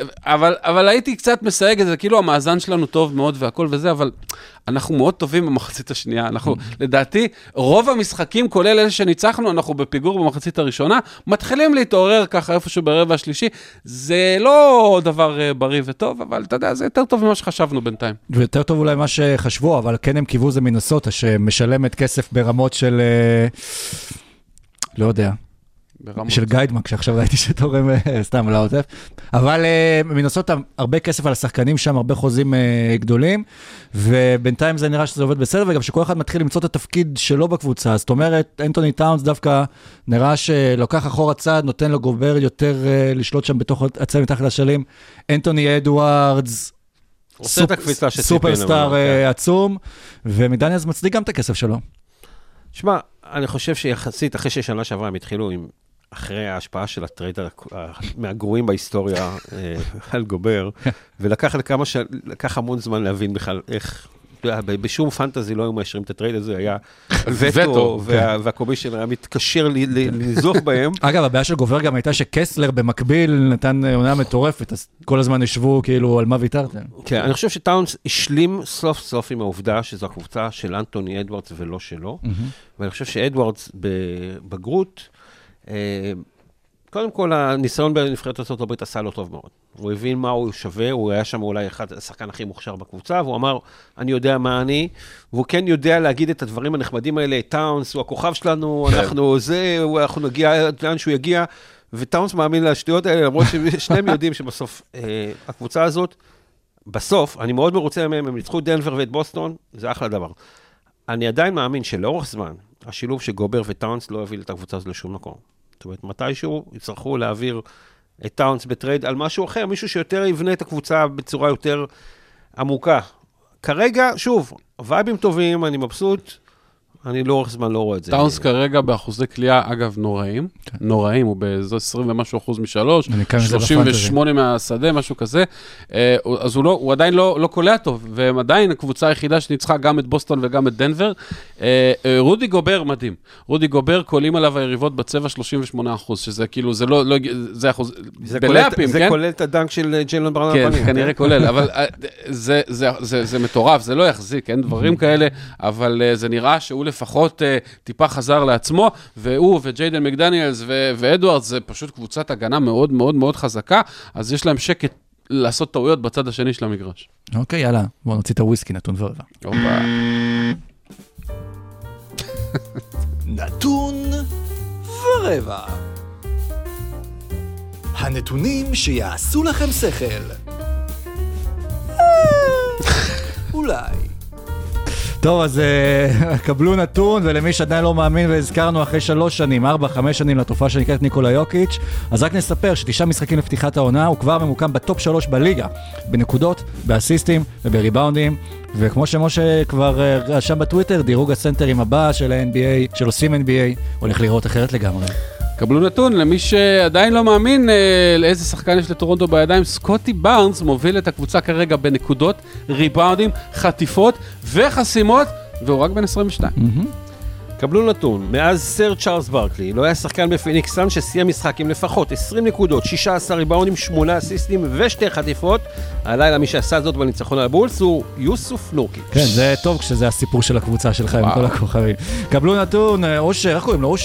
אבל הייתי קצת מסייג את זה, כאילו המאזן שלנו טוב מאוד והכל וזה, אבל אנחנו מאוד טובים במחצית השנייה. אנחנו, לדעתי, רוב המשחקים, כולל אלה שניצחנו, אנחנו בפיגור במחצית הראשונה, מתחילים להתעורר ככה איפשהו ברבע השלישי. זה לא דבר בריא וטוב, אבל אתה יודע, זה יותר טוב ממה שחשבנו בינתיים.
ויותר טוב אולי מה שחשבו, אבל כן הם קיוו זה מינסוטה, שמשלמת כסף ברמות של, לא יודע, של גיידמק, שעכשיו ראיתי שתורם סתם לעוטף. אבל מנסות הרבה כסף על השחקנים שם, הרבה חוזים גדולים, ובינתיים זה נראה שזה עובד בסדר, וגם שכל אחד מתחיל למצוא את התפקיד שלו בקבוצה. זאת אומרת, אנטוני טאונס דווקא נראה שלוקח אחורה צעד, נותן לו גובר יותר לשלוט שם בתוך הצד מתחת לשלים. אנטוני אדוארדס, סופרסטאר עצום, ומדניאלס מצדיק גם את הכסף שלו.
תשמע, אני חושב שיחסית אחרי ששנה שעברה הם התחילו אחרי ההשפעה של הטרייד מהגרועים בהיסטוריה על גובר, ולקח המון זמן להבין בכלל איך, בשום פנטזי לא היו מאשרים את הטרייד הזה, היה וטו, והקומישיונר היה מתקשר לנזוף בהם.
אגב, הבעיה של גובר גם הייתה שקסלר במקביל נתן עונה מטורפת, אז כל הזמן ישבו כאילו על מה ויתרתם.
כן, אני חושב שטאונס השלים סוף סוף עם העובדה שזו הקבוצה של אנטוני אדוארדס ולא שלו, ואני חושב שאדוארדס בבגרות, קודם כל, הניסיון בנבחרת ארצות הברית עשה לו טוב מאוד. הוא הבין מה הוא שווה, הוא היה שם אולי השחקן הכי מוכשר בקבוצה, והוא אמר, אני יודע מה אני, והוא כן יודע להגיד את הדברים הנחמדים האלה, טאונס הוא הכוכב שלנו, אנחנו נגיע לאן שהוא יגיע, וטאונס מאמין לשטויות האלה, למרות ששניהם יודעים שבסוף הקבוצה הזאת, בסוף, אני מאוד מרוצה מהם, הם ניצחו דנבר ואת בוסטון, זה אחלה דבר. אני עדיין מאמין שלאורך זמן, השילוב שגובר וטאונס לא יביא את הקבוצה הזו לשום מקום. זאת אומרת, מתישהו יצטרכו להעביר את טאונס בטרייד על משהו אחר, מישהו שיותר יבנה את הקבוצה בצורה יותר עמוקה. כרגע, שוב, וייבים טובים, אני מבסוט, אני לאורך זמן לא רואה את זה.
טאונס כרגע באחוזי קליעה, אגב, נוראים, הוא באיזו 20 ומשהו אחוז משלוש, 38 מהשדה, משהו כזה, אז הוא עדיין לא קולע טוב, והם עדיין הקבוצה היחידה שניצחה גם את בוסטון וגם את דנבר. רודי גובר מדהים, רודי גובר קולים עליו היריבות בצבע 38%, שזה כאילו, זה לא, זה אחוז, בלאפים, כן?
זה כולל את הדנק של ג'יילן בראון על הפנים.
כן, כנראה כולל, אבל זה מטורף, זה לא יחזיק, אין דברים כאלה, אבל זה נראה שהוא לפחות טיפה חזר לעצמו, והוא וג'יידן מקדניאלס ואדוארדס, זה פשוט קבוצת הגנה מאוד מאוד מאוד חזקה, אז יש להם שקט לעשות טעויות בצד השני של המגרש.
אוקיי, יאללה, בואו נוציא את הוויסקי, נתון ורבע.
נתון ורבע. הנתונים שיעשו לכם שכל. אולי.
טוב, אז קבלו נתון, ולמי שעדיין לא מאמין, והזכרנו אחרי 3 שנים, 4-5 שנים לתופעה שנקראת ניקולה יוקיץ', אז רק נספר ש9 משחקים לפתיחת העונה, הוא כבר ממוקם בטופ 3 בליגה, בנקודות, באסיסטים ובריבאונדים, וכמו שמשה כבר רשם בטוויטר, דירוג הסנטרים הבא של ה-NBA, של עושים NBA, הולך לראות אחרת לגמרי.
קבלו נתון, למי שעדיין לא מאמין לאיזה שחקן יש לטורונטו בידיים, סקוטי בארנס מוביל את הקבוצה כרגע בנקודות, ריבאונדים, חטיפות וחסימות, והוא רק בן 22.
קבלו נתון, מאז סר צ'ארלס ברקלי, לא היה שחקן בפיניקס סאנס שסיים משחק עם לפחות 20 נקודות, 16 ריבאונדים, 8 אסיסטים ו2 חטיפות. הלילה מי שעשה זאת בניצחון על הבולס הוא יוסוף נורקיץ'.
כן, זה טוב כשזה הסיפור של הקבוצה שלך עם כל הכוכבים. קבלו נתון, אושר, איך קוראים לו?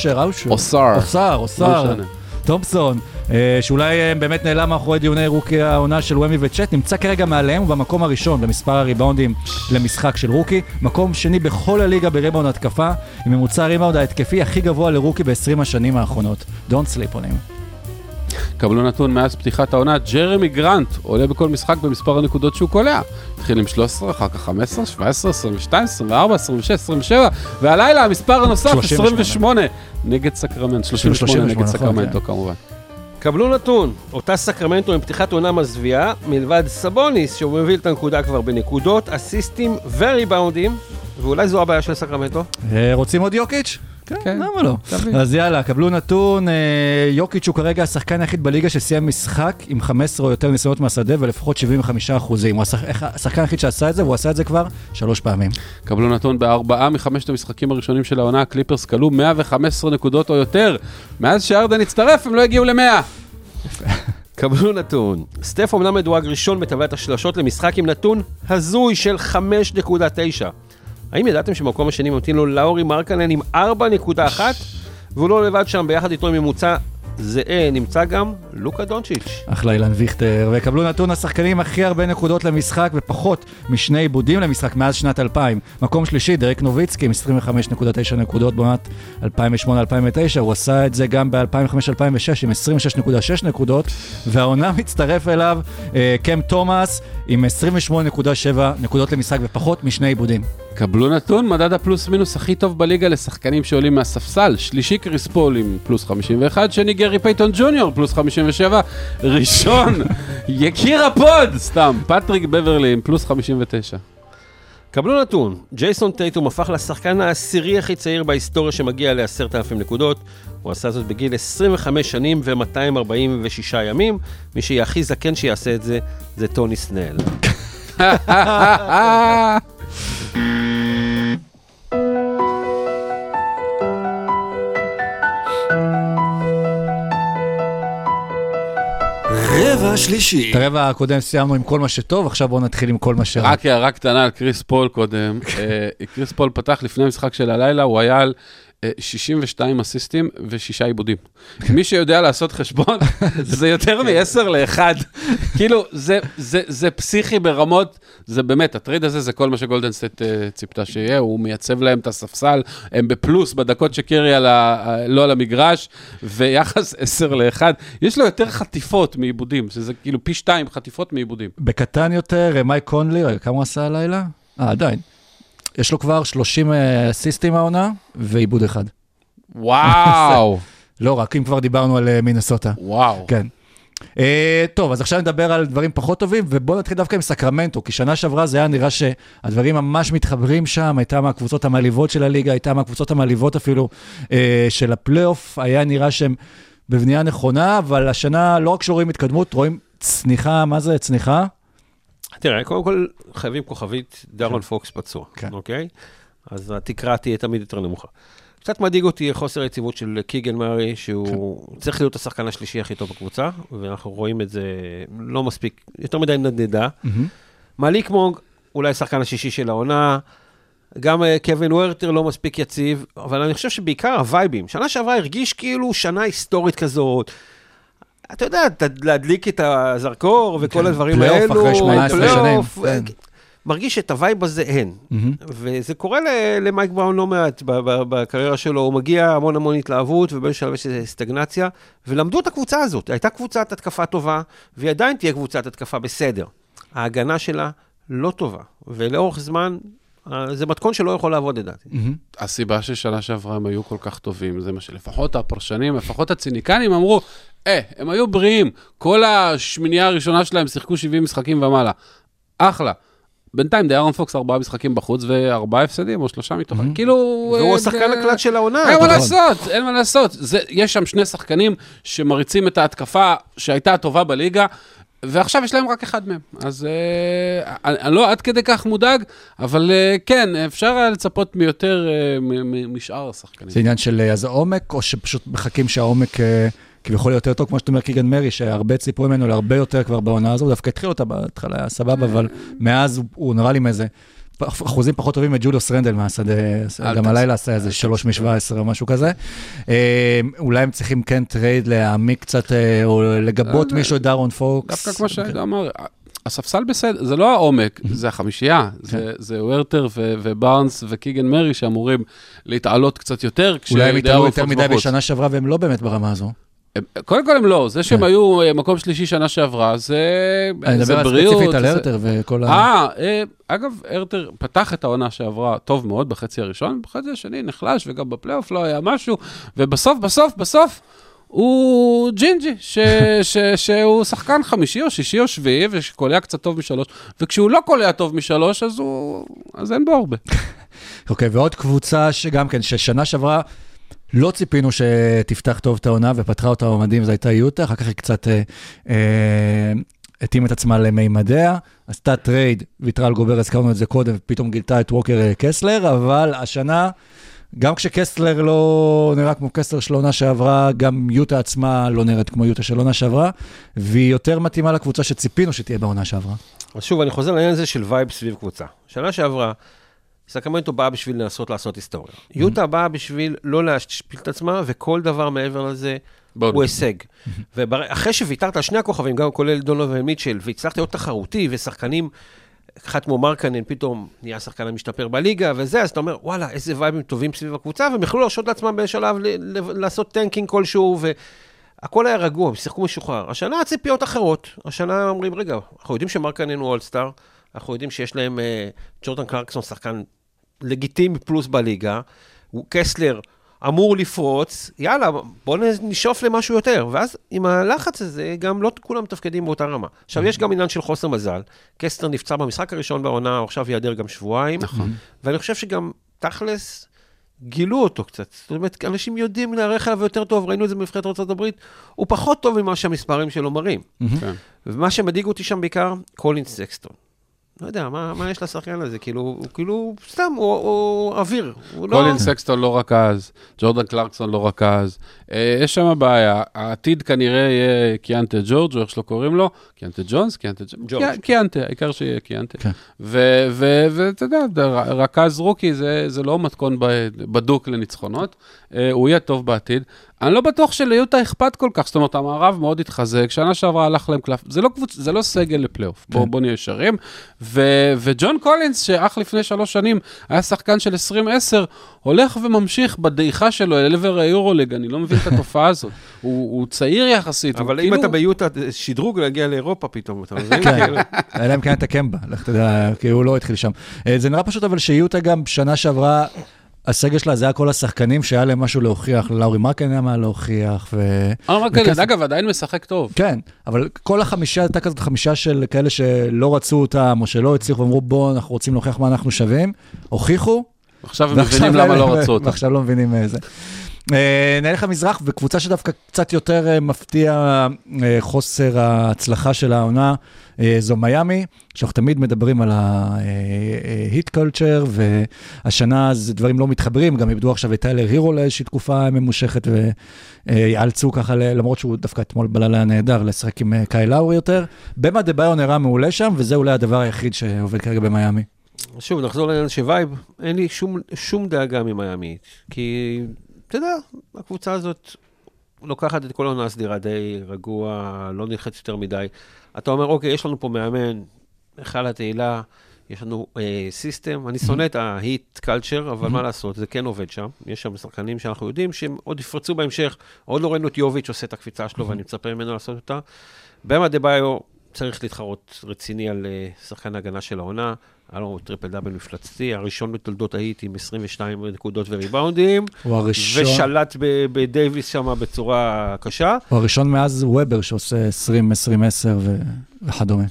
אוסר. תומפסון, שאולי באמת נעלם מאחורי דיוני רוקי העונה של ומי וצ'ט, נמצא כרגע מעליהם ובמקום הראשון במספר הריבאונדים למשחק של רוקי, מקום שני בכל הליגה בריבאונד התקפה, עם ממוצע הריבאונד ההתקפי הכי גבוה לרוקי ב-20 השנים האחרונות. Don't sleep on him.
קבלו נתון מאז פתיחת העונה, ג'רמי גרנט עולה בכל משחק במספר הנקודות שהוא קולע. התחיל עם 13, אחר כך 15, 17, 22, 24, 26, 27, והלילה המספר הנוסף 28 נגד סקרמנטו, 38 נגד סקרמנטו כמובן.
קבלו נתון, אותה סקרמנטו עם פתיחת עונה מזוויעה, מלבד סבוניס שהוא מביא את הנקודה כבר בנקודות, אסיסטים וריבאונדים, ואולי זו הבעיה של סקרמנטו.
רוצים עוד יוקיץ'? כן, למה לא? אז יאללה, קבלו נתון, יוקיץ' הוא כרגע השחקן היחיד בליגה שסיים משחק עם 15 או יותר ניסיונות מהשדה ולפחות 75%. הוא השחקן היחיד שעשה את זה, והוא עשה את זה כבר 3 פעמים.
קבלו נתון ב4 מ5 המשחקים הראשונים של העונה, הקליפרס קלו 115 נקודות או יותר. מאז שארדן הצטרף, הם לא הגיעו ל100.
קבלו נתון, סטף אומנם מדורג ראשון בטבלת השלשות למשחק עם נתון הזוי של 5.9. האם ידעתם שבמקום השני ממתין לו לאורי מרקנן עם 4.1, והוא לא לבד שם ביחד איתו עם ממוצע זה נמצא גם לוקה דונצ'יץ'.
אחלה אילן ויכטר, וקבלו נתון השחקנים הכי הרבה נקודות למשחק ופחות משני עיבודים למשחק מאז שנת 2000. מקום שלישי, דרק נוביצקי עם 25.9 נקודות בעונת 2008-2009, הוא עשה את זה גם ב-2005-2006 עם 26.6 נקודות, והעונה מצטרף אליו קם תומאס עם 28.7 נקודות למשחק ופחות משני עיבודים.
קבלו נתון, מדד הפלוס מינוס הכי טוב בליגה לשחקנים שעולים מהספסל. שלישי קריס פול עם פלוס 51, שני גרי פייטון ג'וניור פלוס 57, ראשון יקיר הפוד, סתם, פטריק בברלי עם פלוס 59.
קבלו נתון, ג'ייסון טייטום הפך לשחקן העשירי הכי צעיר בהיסטוריה שמגיע ל10,000 נקודות. הוא עשה זאת בגיל 25 שנים ו-246 ימים. מי שיהיה הכי זקן שיעשה את זה, זה טוני סנל.
רבע שלישי.
את הרבע הקודם סיימנו עם כל מה שטוב, עכשיו בואו נתחיל עם כל מה שרע.
רק הערה קטנה על קריס פול קודם. קריס פול פתח לפני המשחק של הלילה, הוא היה על 62 אסיסטים ו6 עיבודים. מי שיודע לעשות חשבון, זה יותר מ10 ל1. כאילו, זה פסיכי ברמות, זה באמת, הטרייד הזה זה כל מה שגולדן סטייט ציפתה שיהיה, הוא מייצב להם את הספסל, הם בפלוס בדקות שקרי לא על המגרש, ויחס 10 ל1. יש לו יותר חטיפות מעיבודים, שזה כאילו פי 2 חטיפות מעיבודים.
בקטן יותר, מייק קונלי, כמה הוא עשה הלילה? עדיין. יש לו כבר 30 אסיסטים העונה, ועיבוד אחד.
וואו.
לא רק, אם כבר דיברנו על מינסוטה.
וואו.
כן. טוב, אז עכשיו נדבר על דברים פחות טובים, ובואו נתחיל דווקא עם סקרמנטו, כי שנה שעברה זה היה נראה שהדברים ממש מתחברים שם, הייתה מהקבוצות המעליבות של הליגה, הייתה מהקבוצות המעליבות אפילו של הפלייאוף, היה נראה שהם בבנייה נכונה, אבל השנה לא רק שרואים התקדמות, רואים צניחה, מה זה צניחה?
תראה, קודם כל חייבים כוכבית, דרון פוקס פצוע, אוקיי? אז התקרה תהיה תמיד יותר נמוכה. קצת מדאיג אותי חוסר היציבות של קיגן מארי, שהוא צריך להיות השחקן השלישי הכי טוב בקבוצה, ואנחנו רואים את זה לא מספיק, יותר מדי נדנדה. מאליק מונג, אולי השחקן השישי של העונה, גם קווין וורטר לא מספיק יציב, אבל אני חושב שבעיקר הווייבים, שנה שעברה הרגיש כאילו שנה היסטורית כזאת, אתה יודע, להדליק את הזרקור וכל הדברים האלו,
פלייאוף אחרי 18 שנים.
מרגיש את הווייב הזה אין. וזה קורה למייק בראון לא מעט בקריירה שלו, הוא מגיע המון התלהבות, ובשלב יש סטגנציה, ולמדו את הקבוצה הזאת. הייתה קבוצת התקפה טובה, והיא עדיין תהיה קבוצת התקפה בסדר. ההגנה שלה לא טובה, ולאורך זמן, זה מתכון שלא יכול לעבוד לדעתי.
הסיבה ששנה שעברה הם היו כל כך טובים, זה מה שלפחות הפרשנים, לפחות הציניקנים אמרו, הם היו בריאים, כל השמינייה הראשונה שלהם שיחקו 70 משחקים ומעלה. אחלה. בינתיים דיירון פוקס 4 משחקים בחוץ ו4 הפסדים או 3 מתוכם. כאילו...
והוא השחקן הקלט של העונה.
אין מה לעשות. יש שם שני שחקנים שמריצים את ההתקפה שהייתה טובה בליגה, ועכשיו יש להם רק אחד מהם. אז אני לא עד כדי כך מודאג, אבל כן, אפשר לצפות מיותר משאר השחקנים.
זה עניין של אז העומק, או שפשוט מחכים שהעומק כביכול יותר טוב, כמו שאתה אומר קיגן מרי, שהרבה ציפו ממנו להרבה יותר כבר בעונה הזו, הוא דווקא התחיל אותה בהתחלה, היה סבבה, אבל מאז הוא נראה לי מאיזה אחוזים פחות טובים מג'וליוס רנדל מהשדה, גם הלילה עשה איזה 3 מ-17 או משהו כזה. אולי הם צריכים כן טרייד להעמיק קצת, או לגבות מישהו את דארון פוקס.
דווקא כמו שהידה אמר, הספסל בסדר, זה לא העומק, זה החמישייה, זה וורטר ובארנס וקיגן מרי שאמורים להתעלות קצת יותר.
אולי הם יתעלו יותר מדי בשנה שעברה, והם לא באמת ברמה הזו.
קודם כל הם לא, זה שהם היו מקום שלישי שנה שעברה, זה בריאות.
אני מדבר ספציפית על הרטר וכל
אגב, הרטר פתח את העונה שעברה טוב מאוד בחצי הראשון, בחצי השני נחלש, וגם בפלייאוף לא היה משהו, ובסוף, הוא ג'ינג'י, שהוא שחקן חמישי או שישי או שביעי, ושקולע קצת טוב משלוש, וכשהוא לא קולע טוב משלוש, אז אין בו הרבה.
אוקיי, ועוד קבוצה שגם כן, ששנה שעברה, לא ציפינו שתפתח טוב את העונה, ופתחה אותה במדים, זו הייתה יוטה, אחר כך היא קצת התאים את עצמה למימדיה, עשתה טרייד, ויתרה על גובר, הזכרנו את זה קודם, ופתאום גילתה את ווקר קסלר, אבל השנה, גם כשקסלר לא נראה כמו קסלר של עונה שעברה, גם יוטה עצמה לא נראית כמו יוטה של עונה שעברה, והיא יותר מתאימה לקבוצה שציפינו שתהיה בעונה שעברה.
אז שוב, אני חוזר לעניין הזה של וייב סביב קבוצה. שנה שעברה, סקרמנטו באה בשביל לנסות לעשות היסטוריה. יוטה באה בשביל לא להשפיל את עצמה, וכל דבר מעבר לזה הוא הישג. ואחרי שוויתרת על שני הכוכבים, גם כולל דונובל מיטשל, והצלחת להיות תחרותי, ושחקנים, אחד כמו מרקנן, פתאום נהיה שחקן המשתפר בליגה, וזה, אז אתה אומר, וואלה, איזה וייבים טובים סביב הקבוצה, והם יכלו להרשות לעצמם בשלב לעשות טנקינג כלשהו, והכל היה רגוע, הם שיחקו משוחרר. השנה הציפיות אחרות. השנה אומרים, רגע, אנחנו יודעים שמרקנן הוא אולסטאר, אנחנו יודעים שיש להם ג'ורדן קלרקסון, שחקן לגיטימי פלוס בליגה, קסלר אמור לפרוץ, יאללה, בואו נשאוף למשהו יותר, ואז עם הלחץ הזה, גם לא כולם מתפקדים באותה רמה. עכשיו, יש גם עניין של חוסר מזל, קסלר נפצע במשחק הראשון בעונה, הוא עכשיו יעדר גם שבועיים, ואני חושב שגם תכלס גילו אותו קצת, זאת אומרת, אנשים יודעים להערך עליו יותר טוב, ראינו את זה בנבחרת ארצות הברית, הוא פחות טוב ממה שהמספרים שלו מראים. ומה שמדאיג אותי שם בעיקר, קולין סקסטון. לא יודע, מה יש לשחקן הזה? כאילו, סתם, הוא אוויר.
קולין סקסטון לא רכז, ג'ורדן קלרקסון לא רכז. יש שם בעיה, העתיד כנראה יהיה קיאנטה ג'ורג' או איך שלא קוראים לו, קיאנטה ג'ונס, קיאנטה, העיקר שיהיה קיאנטה. ואתה יודע, רכז רוקי זה לא מתכון בדוק לניצחונות, הוא יהיה טוב בעתיד. אני לא בטוח שליוטה אכפת כל כך, זאת אומרת, המערב מאוד התחזק, שנה שעברה הלך להם קלף, זה לא סגל לפלייאוף, בוא נהיה ישרים, וג'ון קולינס, שאך לפני 3 שנים היה שחקן של 2010, הולך וממשיך בדעיכה שלו אל עבר היורוליג, אני לא מבין את התופעה הזאת, הוא צעיר יחסית.
אבל אם אתה ביוטה, שדרוג להגיע לאירופה פתאום, אתה מבין?
היה להם כאן את הקמבה, לך תדע, כי הוא לא התחיל שם. זה נראה פשוט, אבל שיוטה גם שנה שעברה, הסגל שלה זה היה כל השחקנים שהיה להם משהו להוכיח, לאורי מרקן היה מה להוכיח.
אגב, עדיין משחק טוב.
כן, אבל כל החמישה, הייתה כזאת 5 של כאלה שלא רצו אותם, או שלא הצליחו, ואמרו בואו, אנחנו רוצים להוכיח מה אנחנו שווים, הוכיחו.
עכשיו הם מבינים למה לא רצו אותם.
ועכשיו לא מבינים איזה. נלך המזרח, וקבוצה שדווקא קצת יותר מפתיע חוסר ההצלחה של העונה, זו מיאמי, שאנחנו תמיד מדברים על ההיט קולצ'ר, והשנה אז דברים לא מתחברים, גם איבדו עכשיו את טיילר הירו לאיזושהי תקופה ממושכת, ויאלצו ככה, למרות שהוא דווקא אתמול בלילה נהדר, לשחק עם קייל לאורי יותר. במה דביו נראה מעולה שם, וזה אולי הדבר היחיד שעובד כרגע במיאמי.
שוב, נחזור לעניין שווייב, אין לי שום דאגה ממיאמי, כי אתה יודע, הקבוצה הזאת לוקחת את כל העונה הסדירה די רגוע, לא נלחץ יותר מדי. אתה אומר, אוקיי, יש לנו פה מאמן, חל התהילה, יש לנו סיסטם, אני שונא את ההיט קלצ'ר, אבל מה לעשות, זה כן עובד שם. יש שם שחקנים שאנחנו יודעים שהם עוד יפרצו בהמשך, עוד לא ראינו את יוביץ' עושה את הקפיצה שלו, ואני מצפה ממנו לעשות אותה. במה דביו צריך להתחרות רציני על שחקן ההגנה של העונה, היה לו טריפל דאבל מפלצתי, הראשון בתולדות ההיט עם 22 נקודות וריבאונדים, ושלט בדייביס שם בצורה קשה.
הוא הראשון מאז וובר שעושה 20-10 וכדומה.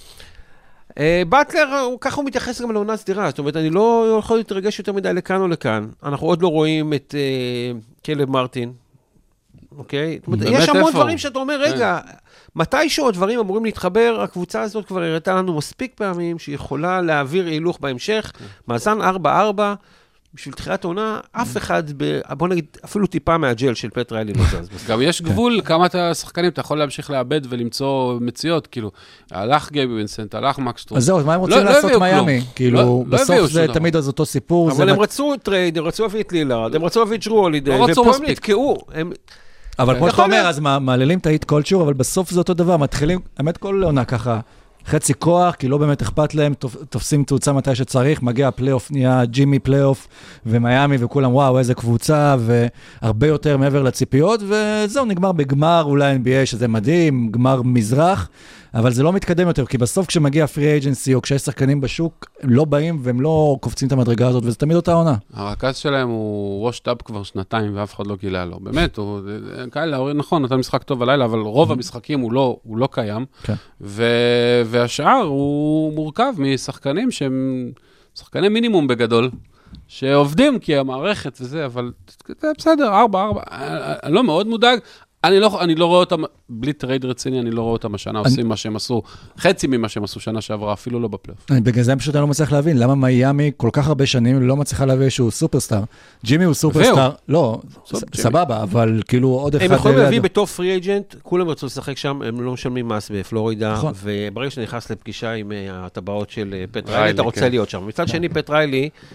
באטלר, ככה הוא מתייחס גם לעונה סדירה, זאת אומרת, אני לא יכול להתרגש יותר מדי לכאן או לכאן, אנחנו עוד לא רואים את קלב מרטין, אוקיי? יש המון דברים שאתה אומר, רגע, מתישהו הדברים אמורים להתחבר, הקבוצה הזאת כבר הראתה לנו מספיק פעמים, שהיא יכולה להעביר הילוך בהמשך, מאזן 4-4, בשביל תחילת העונה, אף אחד, בוא נגיד, אפילו טיפה מהג'ל של פט ריילי לא זז.
גם יש גבול, כמה השחקנים, אתה יכול להמשיך לאבד ולמצוא מציאות, כאילו, הלך גייבי וינסנט, הלך מקס טרום.
אז זהו, מה הם רוצים לעשות מיאמי? כאילו, בסוף זה תמיד אז אותו סיפור.
אבל הם רצו טרייד, הם רצו להביא את לילארד, הם רצו להביא את ג'רו הולידיי, ופה הם נתקעו.
אבל כמו שאתה אומר, אז מעללים את ההיט קולצ'ר, אבל בסוף זה אותו דבר, מתחילים, האמת כל עונה ככה, חצי כוח, כי לא באמת אכפת להם, תופסים תאוצה מתי שצריך, מגיע הפלייאוף, נהיה ג'ימי פלייאוף, ומיימי, וכולם, וואו, איזה קבוצה, והרבה יותר מעבר לציפיות, וזהו, נגמר בגמר, אולי NBA, שזה מדהים, גמר מזרח, אבל זה לא מתקדם יותר, כי בסוף כשמגיע פרי אייג'נסי, או כשיש שחקנים בשוק, הם לא באים, והם לא קופצים את המדרגה הזאת, וזה תמיד אותה עונה.
הרכז שלהם הוא וושט אפ כבר 2 ואף אחד לא גילה לו. באמת, הוא כאלה, נכון, נתן משחק טוב הלילה, אבל רוב המשחקים הוא לא קיים, והשאר הוא מורכב משחקנים שהם שחקני מינימום בגדול, שעובדים כי המערכת וזה, אבל בסדר, 4-4, אני לא מאוד מודאג, אני לא רואה אותם, בלי טרייד רציני, אני לא רואה אותם השנה, עושים מה שהם עשו, חצי ממה שהם עשו שנה שעברה, אפילו לא בפלייאוף.
בגלל זה פשוט אני לא מצליח להבין, למה מיאמי כל כך הרבה שנים לא מצליחה להביא איזשהו סופרסטאר. ג'ימי הוא סופרסטאר, לא, סבבה, אבל כאילו עוד אחד...
הם יכולים להביא בתור פרי אייג'נט, כולם רצו לשחק שם, הם לא משלמים מס בפלורידה, וברגע שנכנס לפגישה עם הטבעות של פט ריילי, אתה רוצה להיות שם. מצד שני, פט ריילי,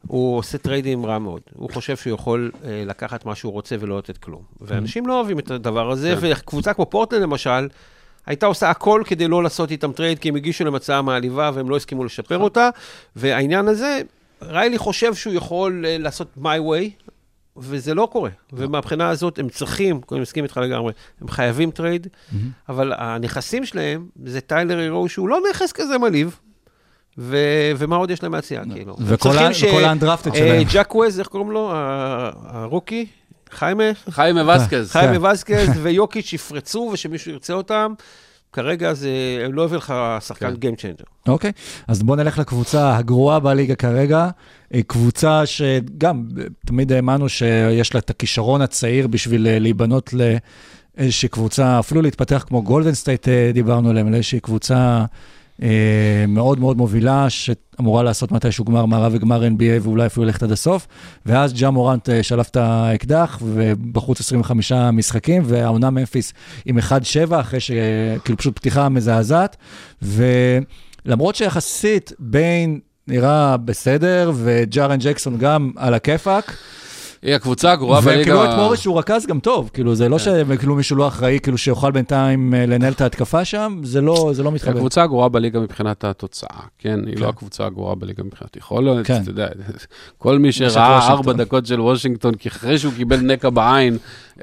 הוא עושה טריידים רע מאוד. הוא חושב שהוא יכול לקחת מה שהוא רוצה ולא לתת כלום. ואנשים לא אוהבים את הדבר הזה, וקבוצה כמו פורטלנד למשל, הייתה עושה הכל כדי לא לעשות איתם טרייד, כי הם הגישו להם הצעה מעליבה, והם לא הסכימו לשפר אותה, והעניין הזה, ריילי חושב שהוא יכול לעשות my way, וזה לא קורה. ומהבחינה הזאת הם צריכים, אני מסכים איתך לגמרי, הם חייבים טרייד, אבל הנכסים שלהם, זה טיילר הירו, שהוא לא נכס כזה מליב, ומה עוד יש להם להציע, כאילו.
וכל האנדרפטד שלהם.
ג'ק וויז, איך קוראים לו? הרוקי?
חיימה וסקז.
חיימה וסקז ויוקיץ' יפרצו, ושמישהו ירצה אותם. כרגע הם לא הביא לך שחקן Game Changer.
אוקיי, אז בוא נלך לקבוצה הגרועה בליגה כרגע. קבוצה שגם תמיד האמנו שיש לה את הכישרון הצעיר בשביל להיבנות לאיזושהי קבוצה, אפילו להתפתח כמו גולדן סטייט דיברנו עליהם, לאיזושהי קבוצה מאוד מאוד מובילה, שאמורה לעשות מתישהו גמר מערב וגמר NBA, ואולי אפילו ללכת עד הסוף, ואז ג'ה מורנט שלף את האקדח, ובחוץ 25 משחקים, והעונה ממפיס עם 1-7, אחרי שכאילו פשוט פתיחה מזעזעת, ולמרות שיחסית בין נראה בסדר, וג'ארן ג'קסון גם על הכיפק,
היא הקבוצה הגרועה בליגה.
וכאילו את מוריס שהוא רכז גם טוב, כאילו זה לא שכאילו מישהו לא אחראי, כאילו שיוכל בינתיים לנהל את ההתקפה שם, זה לא מתחבר.
הקבוצה הגרועה בליגה מבחינת התוצאה, כן? היא לא הקבוצה הגרועה בליגה מבחינת יכולת, אתה יודע, כל מי שראה 4 דקות של וושינגטון, כי אחרי שהוא קיבל נקע בעין,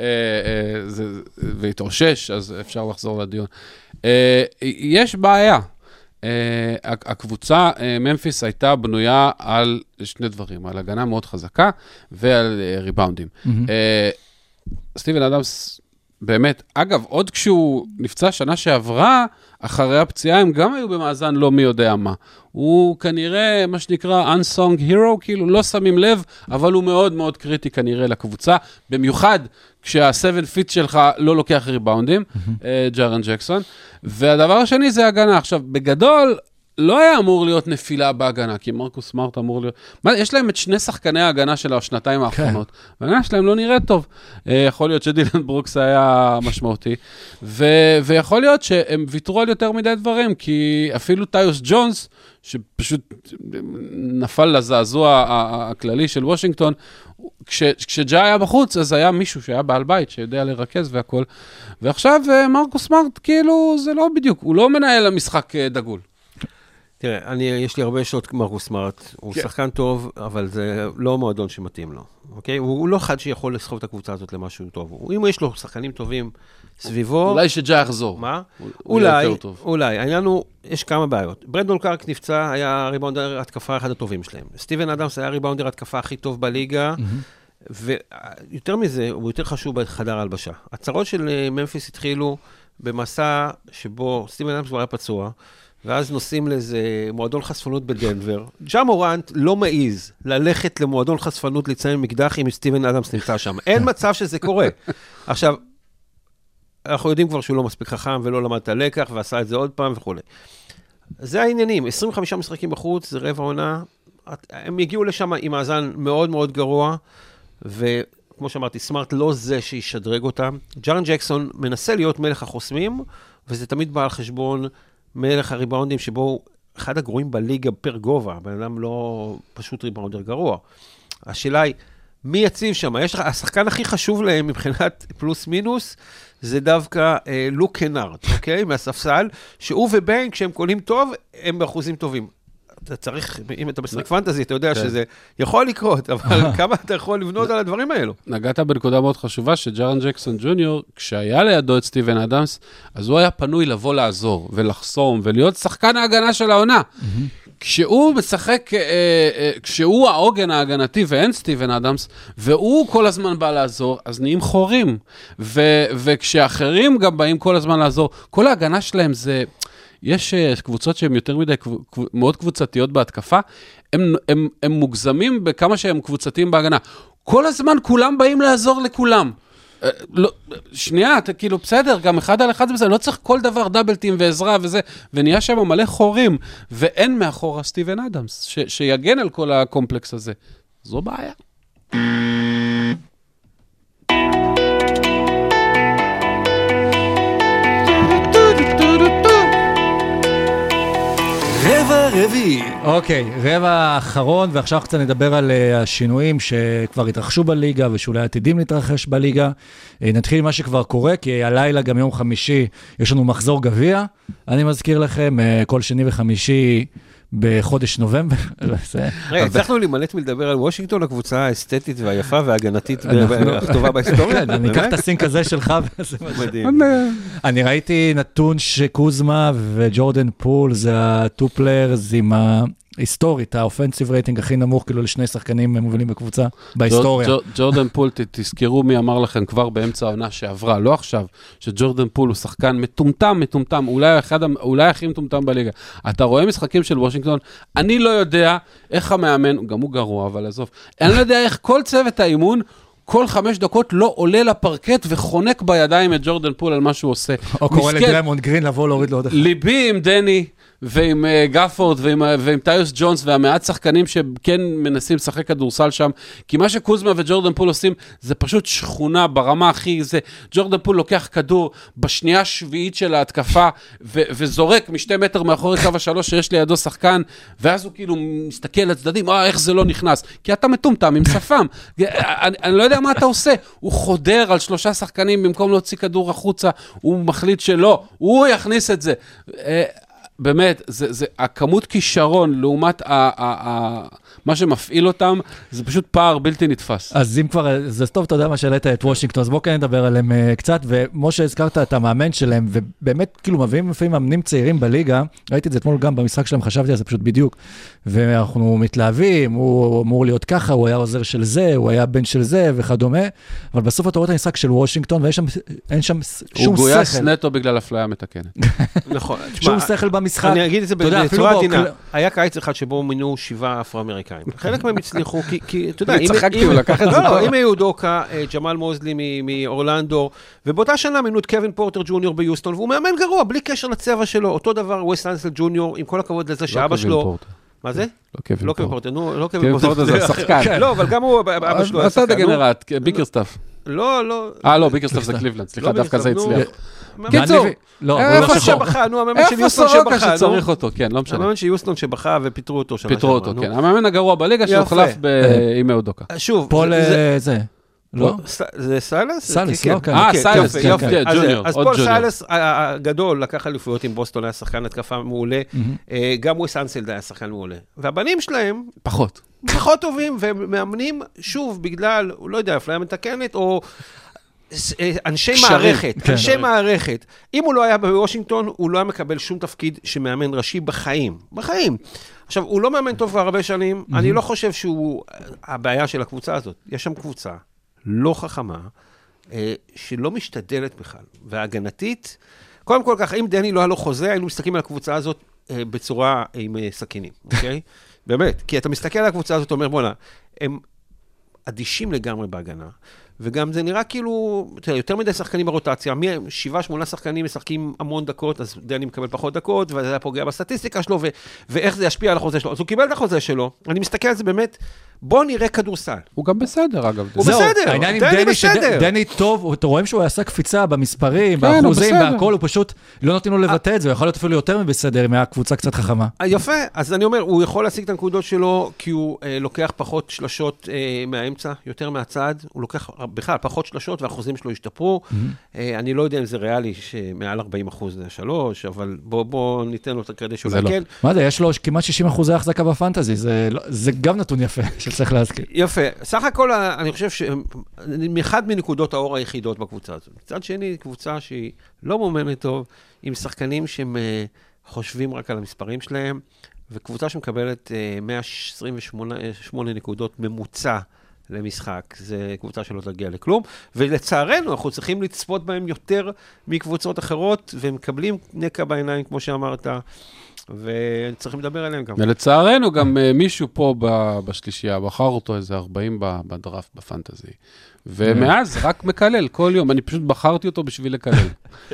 והתאושש, אז אפשר לחזור לדיון. יש בעיה. הקבוצה, ממפיס, הייתה בנויה על שני דברים, על הגנה מאוד חזקה ועל ריבאונדים. סטיבן אדמס, באמת, אגב, עוד כשהוא נפצע שנה שעברה, אחרי הפציעה הם גם היו במאזן לא מי יודע מה. הוא כנראה, מה שנקרא, unsung hero, כאילו לא שמים לב, אבל הוא מאוד מאוד קריטי כנראה לקבוצה, במיוחד כשה7 פיט שלך לא לוקח ריבאונדים, ג'ארן ג'קסון. והדבר השני זה הגנה. עכשיו, בגדול, לא היה אמור להיות נפילה בהגנה, כי מרקוס סמארט אמור להיות... יש להם את שני שחקני ההגנה של השנתיים האחרונות, וההגנה שלהם לא נראית טוב. יכול להיות שדילן ברוקס היה משמעותי, ויכול להיות שהם ויתרו על יותר מדי דברים, כי אפילו טיוס ג'ונס, שפשוט נפל לזעזוע הכללי של וושינגטון, כשג'ה היה בחוץ, אז היה מישהו שהיה בעל בית, שיודע לרכז והכל, ועכשיו מרקוס סמארט, כאילו, זה לא בדיוק, הוא לא מנהל המשחק דגול.
תראה, יש לי הרבה שעות מרקוס סמארט, הוא שחקן טוב, אבל זה לא מועדון שמתאים לו, אוקיי? הוא לא אחד שיכול לסחוב את הקבוצה הזאת למשהו טוב. אם יש לו שחקנים טובים סביבו...
אולי שג'ה יחזור.
מה? אולי. העניין הוא, יש כמה בעיות. ברנדון קארק נפצע, היה ריבאונדר התקפה אחד הטובים שלהם. סטיבן אדמס היה ריבאונדר התקפה הכי טוב בליגה, ויותר מזה, הוא יותר חשוב בחדר ההלבשה. הצרות של ממפיס התחילו במסע שבו סטיבן אדמס כבר היה פצוע, ואז נוסעים לאיזה מועדון חשפנות בדנבר. ג'ה מורנט לא מעיז ללכת למועדון חשפנות לציין מקדח אם סטיבן אדמס נמצא שם. אין מצב שזה קורה. עכשיו, אנחנו יודעים כבר שהוא לא מספיק חכם ולא למד את הלקח ועשה את זה עוד פעם וכו'. זה העניינים. 25 משחקים בחוץ, זה רבע עונה. הם הגיעו לשם עם מאזן מאוד מאוד גרוע, וכמו שאמרתי, סמארט לא זה שישדרג אותם. ג'ארן ג'קסון מנסה להיות מלך החוסמים, וזה תמיד בא על חשבון מלך הריבאונדים, שבו אחד הגרועים בליגה פר גובה, בן אדם לא פשוט ריבאונדר גרוע. השאלה היא, מי יציב שם? השחקן הכי חשוב להם מבחינת פלוס מינוס, זה דווקא לוק קנארד, אוקיי? מהספסל, שהוא וביין, כשהם קולים טוב, הם באחוזים טובים. אתה צריך, אם אתה משחק פנטזי, אתה יודע שזה יכול לקרות, אבל כמה אתה יכול לבנות על הדברים האלו?
נגעת בנקודה מאוד חשובה, שג'ארן ג'קסון ג'וניור, כשהיה לידו את סטיבן אדמס, אז הוא היה פנוי לבוא לעזור, ולחסום, ולהיות שחקן ההגנה של העונה. כשהוא משחק, כשהוא העוגן ההגנתי, ואין סטיבן אדמס, והוא כל הזמן בא לעזור, אז נהיים חורים. וכשאחרים גם באים כל הזמן לעזור, כל ההגנה שלהם זה... יש קבוצות שהן יותר מדי מאוד קבוצתיות בהתקפה, הם מוגזמים בכמה שהם קבוצתיים בהגנה. כל הזמן כולם באים לעזור לכולם. שנייה, כאילו בסדר, גם אחד על אחד זה בסדר, לא צריך כל דבר דאבלטים ועזרה וזה, ונהיה שם מלא חורים, ואין מאחורה סטיבן אדמס, שיגן על כל הקומפלקס הזה. זו בעיה.
רבע
הרביעי.
אוקיי, רבע האחרון, ועכשיו קצת נדבר על השינויים שכבר התרחשו בליגה, ושאולי עתידים להתרחש בליגה. נתחיל עם מה שכבר קורה, כי הלילה גם יום חמישי יש לנו מחזור גביע. אני מזכיר לכם, כל שני וחמישי בחודש נובמבר.
הצלחנו להימלט מלדבר על וושינגטון, הקבוצה האסתטית והיפה וההגנתית והכתובה בהיסטוריה.
אני אקח את הסינק הזה שלך. אני ראיתי נתון שקוזמה וג'ורדן פול זה הטופלרס עם ההיסטורית, האופנסיב רייטינג הכי נמוך, כאילו לשני שחקנים מובילים בקבוצה בהיסטוריה.
ג'ורדן פול, תזכרו מי אמר לכם כבר באמצע העונה שעברה, לא עכשיו, שג'ורדן פול הוא שחקן מטומטם, אולי הכי מטומטם בליגה. אתה רואה משחקים של וושינגטון, אני לא יודע איך המאמן, גם הוא גרוע, אבל עזוב, אני לא יודע איך כל צוות האימון, כל 5 דקות לא עולה לפרקט וחונק בידיים את ג'ורדן פול על מה שהוא עושה.
או קורא לדרמונד גרין לבוא להוריד לו עוד אחד.
ליבי עם דני ועם גפורד ועם טיוס ג'ונס והמעט שחקנים שכן מנסים לשחק כדורסל שם, כי מה שקוזמה וג'ורדן פול עושים זה פשוט שכונה ברמה הכי זה, ג'ורדן פול לוקח כדור בשנייה השביעית של ההתקפה וזורק משתי מטר מאחורי קו השלוש שיש לידו שחקן, ואז הוא כאילו מסתכל לצדדים, איך זה לא נכנס, כי אתה מטומטם עם שפם, אני לא יודע מה אתה עושה, הוא חודר על 3 שחקנים במקום להוציא כדור החוצה, הוא מחליט שלא, הוא יכניס את זה. באמת, זה הכמות כישרון לעומת מה שמפעיל אותם, זה פשוט פער בלתי נתפס.
אז אם כבר, זה טוב, אתה יודע מה שהעלית את וושינגטון, אז בואו כן נדבר עליהם קצת, ומשה הזכרת את המאמן שלהם, ובאמת כאילו מביאים לפעמים מאמנים צעירים בליגה, ראיתי את זה אתמול גם במשחק שלהם, חשבתי על זה פשוט בדיוק, ואנחנו מתלהבים, הוא אמור להיות ככה, הוא היה עוזר של זה, הוא היה בן של זה וכדומה, אבל בסוף אתה רואה את המשחק של וושינגטון, ואין שם שום שכל.
הוא גויס נטו בגלל אפליה מתקנת.
נכון.
שום שכל במשחק.
אני אגיד את זה בצורה עדינה. היה קיץ אחד שבו מינו 7 אפרו-אמריקאים. חלק מהם הצליחו, כי אתה יודע, אם יהודוקה, ג'מאל מוזלי מאורלנדו, ובאותה שנה מינו את קווין פורטר ג'וניור ביוסטון, והוא מאמן גרוע, בלי קשר לצבע שלו. אותו דבר, ווס אנסל ג'וניור, עם כל הכבוד לזה שאבא שלו... מה זה?
לא קווין פורטר.
לא קווין פורטר
זה השחקן.
לא, אבל גם הוא, אבא שלו היה שחקן.
אתה דגנרט, ביקרסטאף.
לא,
ביקרסטאף זה קליבלנד, סליחה, דווקא זה הצליח.
קיצור, איפה שבחה, המאמן של יוסטון שבחה.
איפה סורוקה שצריך אותו, כן, לא משנה.
המאמן של יוסטון שבחה ופיטרו אותו.
פיטרו אותו, כן. המאמן הגרוע בליגה שהוחלף עם אהודוקה.
שוב,
פול זה... לא?
זה סיילס?
סיילס, לא, כן.
סיילס, ג'וניור.
אז פול סיילס הגדול לקח אליפויות עם בוסטון, היה שחקן התקפה מעולה, גם ווס אנסלד היה שחקן מעולה. והבנים שלהם... פחות טובים, והם מאמנים, שוב, בגלל, לא יודע, אפליה מתקנת, או... אנשי מערכת. אם הוא לא היה בוושינגטון, הוא לא היה מקבל שום תפקיד שמאמן ראשי בחיים. עכשיו, הוא לא מאמן טוב כבר הרבה שנים, אני לא חושב שהוא הבעיה של הקבוצה הזאת. יש שם קבוצה לא חכמה, שלא משתדלת בכלל, והגנתית, קודם כל כך, אם דני לא היה לו חוזה, היינו מסתכלים על הקבוצה הזאת בצורה עם סכינים, אוקיי? באמת, כי אתה מסתכל על הקבוצה הזאת, אומר, בוא'נה, הם אדישים לגמרי בהגנה, וגם זה נראה כאילו, יותר מדי שחקנים ברוטציה, 7-8 שחקנים משחקים המון דקות, אז דני מקבל פחות דקות, וזה היה פוגע בסטטיסטיקה שלו, ואיך זה ישפיע על החוזה שלו. אז הוא קיבל את החוזה שלו, אני מסתכל על זה באמת, בוא נראה כדורסל.
הוא גם בסדר, אגב.
הוא בסדר, דני בסדר.
דני טוב, אתה רואים שהוא עשה קפיצה במספרים, באחוזים, בהכל, הוא פשוט לא נותן לו לבטא את זה, הוא יכול להיות אפילו יותר מבסדר, מהקבוצה קצת חכמה.
יפה, אז אני אומר, הוא יכול להשיג את הנקודות שלו, כי הוא לוקח פחות שלשות מהאמצע, יותר מהצד, הוא לוקח בכלל פחות שלשות, והאחוזים שלו השתפרו. אני לא יודע אם זה ריאלי, שמעל 40% זה 3, אבל בוא ניתן לו את הקרדיט שהוא להקל.
מה זה, יש לו כמעט 60% החזקה בפנטזי, זה גם נתון יפה שצריך להזכיר.
יפה. סך הכל, אני חושב מאחד מנקודות האור היחידות בקבוצה הזאת. מצד שני, קבוצה שהיא לא מומנת טוב, עם שחקנים שהם חושבים רק על המספרים שלהם, וקבוצה שמקבלת 128 נקודות ממוצע למשחק. זה קבוצה שלא תגיע לכלום, ולצערנו אנחנו צריכים לצפות בהם יותר מקבוצות אחרות, והם מקבלים נקע בעיניים, כמו שאמרת, וצריכים לדבר עליהם גם.
ולצערנו גם מישהו פה בשלישייה, בחר אותו איזה 40 בדראפט בפנטזי, ומאז רק מקלל כל יום, אני פשוט בחרתי אותו בשביל לקלל.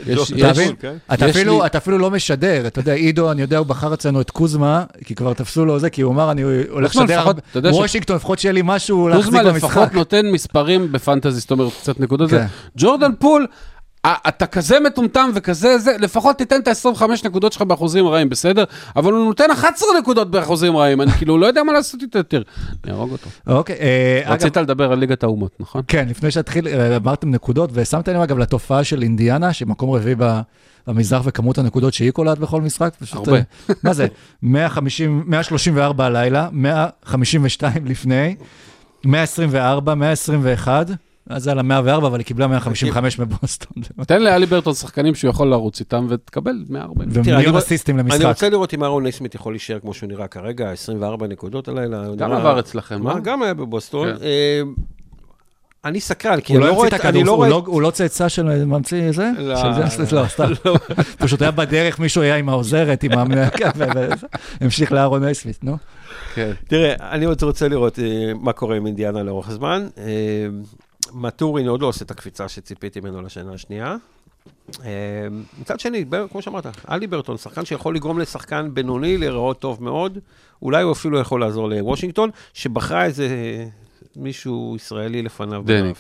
אתה אפילו לא משדר, אתה יודע, עידו, אני יודע, הוא בחר אצלנו את קוזמה, כי כבר תפסו לו זה, כי הוא אמר, אני הולך לשדר וושינגטון, לפחות שיהיה לי משהו להחזיק במשחק.
קוזמה לפחות נותן מספרים בפנטזי, זאת אומרת, קצת נקודות זה. ג'ורדן פול, אתה כזה מטומטם וכזה זה, לפחות תיתן את ה-25 נקודות שלך באחוזים רעים, בסדר? אבל הוא נותן 11 נקודות באחוזים רעים, אני כאילו לא יודע מה לעשות איתו יותר. אני ארוג אותו.
אוקיי.
רצית לדבר על ליגת האומות, נכון?
כן, לפני שהתחיל, אמרתם נקודות, ושמתם לב אגב לתופעה של אינדיאנה, שמקום רביעי במזרח וכמות הנקודות שהיא קולעת בכל משחק.
הרבה.
מה זה? 134 הלילה, 152 לפני, 124, 121, אז זה על ה-104, אבל היא קיבלה 155 מבוסטון.
תן לאלי ברטון שחקנים שהוא יכול לרוץ איתם, ותקבל 140.
ומיליון אסיסטים למשחק.
אני רוצה לראות אם אהרון נייסמית יכול להישאר כמו שהוא נראה כרגע, 24 נקודות הלילה.
גם עבר אצלכם,
מה? גם היה בבוסטון. אני סקרן, כי
הוא לא צאצא של ממציא זה? לא, סתם. פשוט היה בדרך, מישהו היה עם העוזרת, עם המנהקה, והמשיך לאהרון נייסמית, נו?
תראה, אני רוצה לראות מה קורה עם אינדיאנה לאורך הזמן. מטורין עוד לא עושה את הקפיצה שציפיתי ממנו לשנה השנייה. מצד שני, כמו שאמרת, אלי ברטון, שחקן שיכול לגרום לשחקן בינוני להיראות טוב מאוד, אולי הוא אפילו יכול לעזור לוושינגטון, שבחרה איזה מישהו ישראלי לפניו.
דני.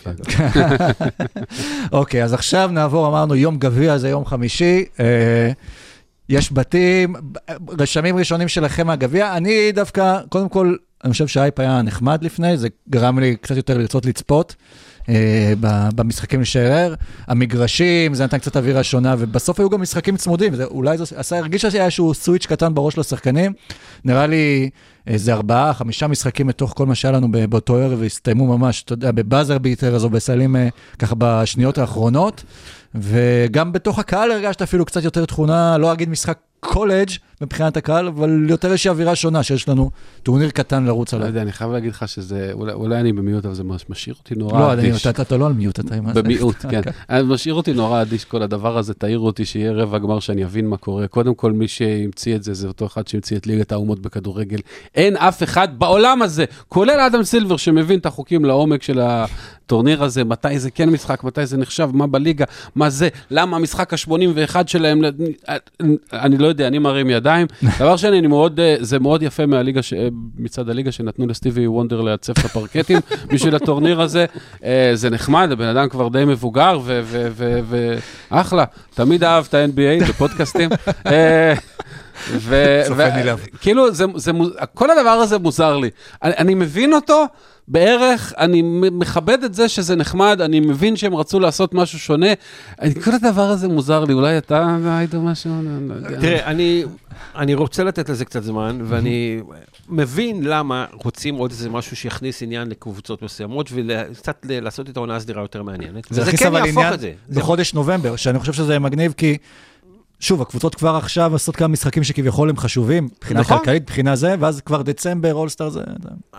אוקיי, אז עכשיו נעבור, אמרנו יום גביע, זה יום חמישי, יש בתים, רשמים ראשונים שלכם מהגביע, אני דווקא, קודם כל, אני חושב שהאייפ היה נחמד לפני, זה גרם לי קצת יותר לרצות לצפות, במשחקים לשערר, המגרשים, זה נתן קצת אווירה שונה, ובסוף היו גם משחקים צמודים, אולי זה הרגיש שהיה איזשהו סוויץ' קטן בראש לשחקנים, נראה לי איזה 4-5 משחקים מתוך כל מה שהיה לנו באותו ערב, והסתיימו ממש, אתה יודע, בבאזר ביטר, אז בסלים ככה בשניות האחרונות, וגם בתוך הקהל הרגשת אפילו קצת יותר תכונה, לא אגיד משחק קולג' מבחינת הקהל, אבל יותר יש אווירה שונה, שיש לנו טורניר קטן לרוץ עליו.
לא יודע, אני חייב להגיד לך שזה, אולי אני במיוט, אבל זה משאיר אותי נורא
אדיש. לא, אתה לא על מיוט, אתה עם זה.
במיוט, כן. משאיר אותי נורא אדיש כל הדבר הזה, תאיר אותי שיהיה רבע גמר שאני אבין מה קורה. קודם כל, מי שהמציא את זה, זה אותו אחד שהמציא את ליגת האומות בכדורגל. אין אף אחד בעולם הזה, כולל אדם סילבר, שמבין את החוקים לעומק של הטורניר הזה, מתי זה כן משחק, מתי זה נחשב, מה בליגה, מה זה, למה המשחק ה-81 שלהם, אני לא יודע, אני מרים ידיים. דבר שני, זה מאוד יפה מצד הליגה שנתנו לסטיבי וונדר לעצב את הפרקטים בשביל הטורניר הזה. זה נחמד, הבן אדם כבר די מבוגר ואחלה. תמיד אהב את ה-NBA בפודקאסטים. כאילו, כל הדבר הזה מוזר לי. אני מבין אותו בערך, אני מכבד את זה שזה נחמד, אני מבין שהם רצו לעשות משהו שונה, כל הדבר הזה מוזר לי, אולי אתה היית משהו,
תראה, אני רוצה לתת לזה קצת זמן, ואני מבין למה רוצים עוד איזה משהו שיכניס עניין לקבוצות מסוימות, וקצת לעשות את העונה הסדירה יותר מעניינת. וזה כן יהפוך את זה.
זה חודש נובמבר, שאני חושב שזה מגניב, כי שוב, הקבוצות כבר עכשיו עושות כמה משחקים שכביכול הם חשובים, מבחינה כלכלית, מבחינה זה, ואז כבר דצמבר, אולסטאר זה.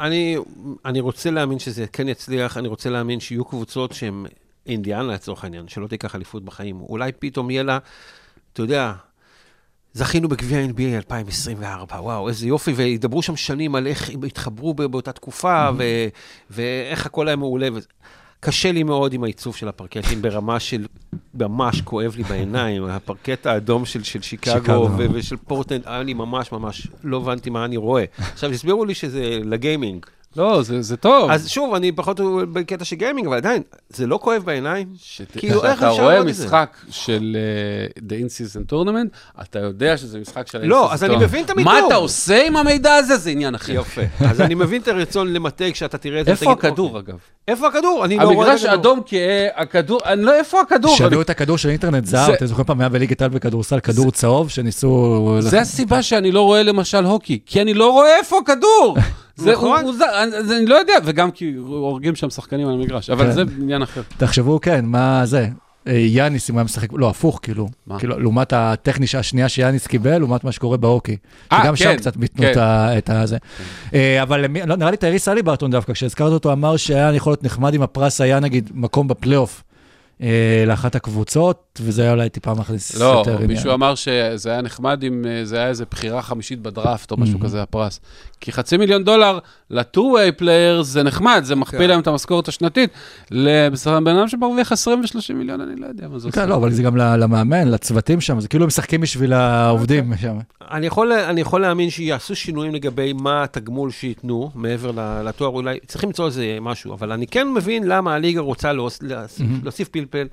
אני רוצה להאמין שזה כן יצליח, אני רוצה להאמין שיהיו קבוצות שהן אינדיאנה לצורך העניין, שלא תיקח אליפות בחיים. אולי פתאום יהיה לה, אתה יודע, זכינו בגביע NBA 2024, וואו, איזה יופי, וידברו שם שנים על איך הם התחברו באותה תקופה, ואיך הכל היה מעולה. קשה לי מאוד עם העיצוב של הפרקטים, ברמה של, ממש כואב לי בעיניים, הפרקט האדום של שיקגו ושל פורטלנד, אני ממש לא הבנתי מה אני רואה. עכשיו, הסבירו לי שזה לגיימינג.
לא, זה טוב.
אז שוב, אני פחות בקטע של גיימינג, אבל עדיין, זה לא כואב בעיניים.
אתה רואה משחק של The In-Season Tournament, אתה יודע שזה משחק של...
לא, אז אני מבין את המיתוג.
מה אתה עושה עם המידע הזה? זה עניין אחר.
יפה. אז אני מבין את הרצון למתג שאתה תראה את זה.
איפה הכדור, אגב?
איפה הכדור? אני לא רואה
המגרש אדום כהה, הכדור... אני לא, איפה הכדור?
שהביאו את הכדור של אינטרנט זר, אתם זוכרים פעם היה בליגת העל בכדורסל, כדור צהוב, שניסו...
זה הסיבה שאני לא רואה למשל הוקי, כי אני לא רואה איפה הכדור. זה מוזר, אני לא יודע, וגם כי הורגים שם שחקנים על המגרש, אבל זה עניין אחר.
תחשבו, כן, מה זה? יאניס, אם הוא היה משחק, לא, הפוך, כאילו, לעומת הטכני השנייה שיאניס קיבל, לעומת מה שקורה בהוקי. שגם שם קצת ביטנו את הזה. אבל נראה לי תאריס אלי ברטון דווקא, כשהזכרת אותו, אמר שהיה יכול להיות נחמד אם הפרס היה, נגיד, מקום בפלייאוף. לאחת הקבוצות, וזה היה אולי טיפה מכניס יותר עניין.
לא, מישהו אמר שזה היה נחמד אם זה היה איזה בחירה חמישית בדראפט או משהו כזה הפרס. כי $500,000 ל-2-way players זה נחמד, זה מכפיל להם את המשכורת השנתית, לבן אדם שמרוויח 20 ו-30 מיליון, אני לא יודע מה זה עושה.
לא, אבל זה גם למאמן, לצוותים שם, זה כאילו משחקים בשביל העובדים שם.
אני יכול להאמין שיעשו שינויים לגבי מה התגמול שיתנו, מעבר לתואר, אולי צריכים למצוא איזה משהו, אבל אני כן מבין למה הליגה רוצה להוסיף פלפל,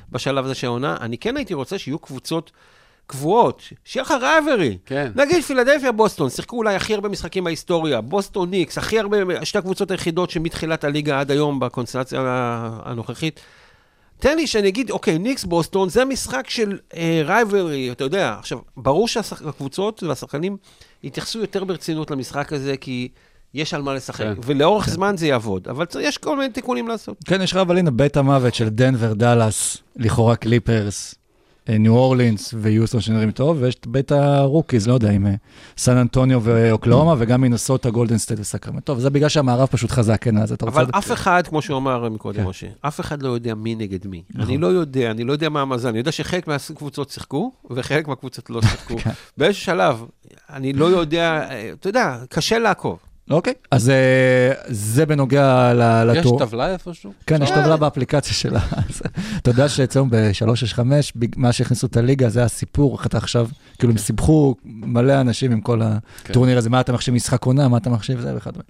בשלב הזה שהעונה. אני כן הייתי רוצה שיהיו קבוצות קבועות, שיהיה לך רייברי.
כן.
נגיד פילדלפיה, בוסטון, שיחקו אולי הכי הרבה משחקים בהיסטוריה, בוסטון ניקס, הכי הרבה, שתי הקבוצות היחידות שמתחילת הליגה עד היום בקונסטלציה הנוכחית. תן לי שאני אגיד, אוקיי, ניקס בוסטון, זה משחק של רייברי, אתה יודע. עכשיו, ברור שהקבוצות והשחקנים יתייחסו יותר ברצינות למשחק הזה, כי יש על מה לשחק, ולאורך זמן זה יעבוד, אבל יש כל מיני תיקונים לעשות.
כן, יש לך אבל הנה בית המוות של דנבר, דלס, לכאורה קליפרס, ניו אורלינס ויוסטון שנראים טוב, ויש בית הרוקיז, לא יודע, עם סן אנטוניו ואוקלאומה, וגם מינסוטה, גולדן סטייט וסקרמנטו. טוב, זה בגלל שהמערב פשוט חזק, כן, אז אתה רוצה...
אבל אף אחד, כמו שהוא אמר מקודם, משה, אף אחד לא יודע מי נגד מי. אני לא יודע מה המאזן. אני יודע שחלק מהקבוצות שיחקו, וחלק מהקבוצות לא שיחקו. באיזשהו שלב, אני לא יודע, אתה יודע, קשה לעקוב.
אוקיי, אז זה בנוגע לטור.
יש טבלה איפשהו?
כן, יש טבלה באפליקציה שלה. אתה יודע שאצלנו ב-365, מה שהכניסו את הליגה, זה הסיפור, איך אתה עכשיו, כאילו הם סיבכו מלא אנשים עם כל הטורניר הזה, מה אתה מחשיב משחק עונה, מה אתה מחשיב זה וכדומה.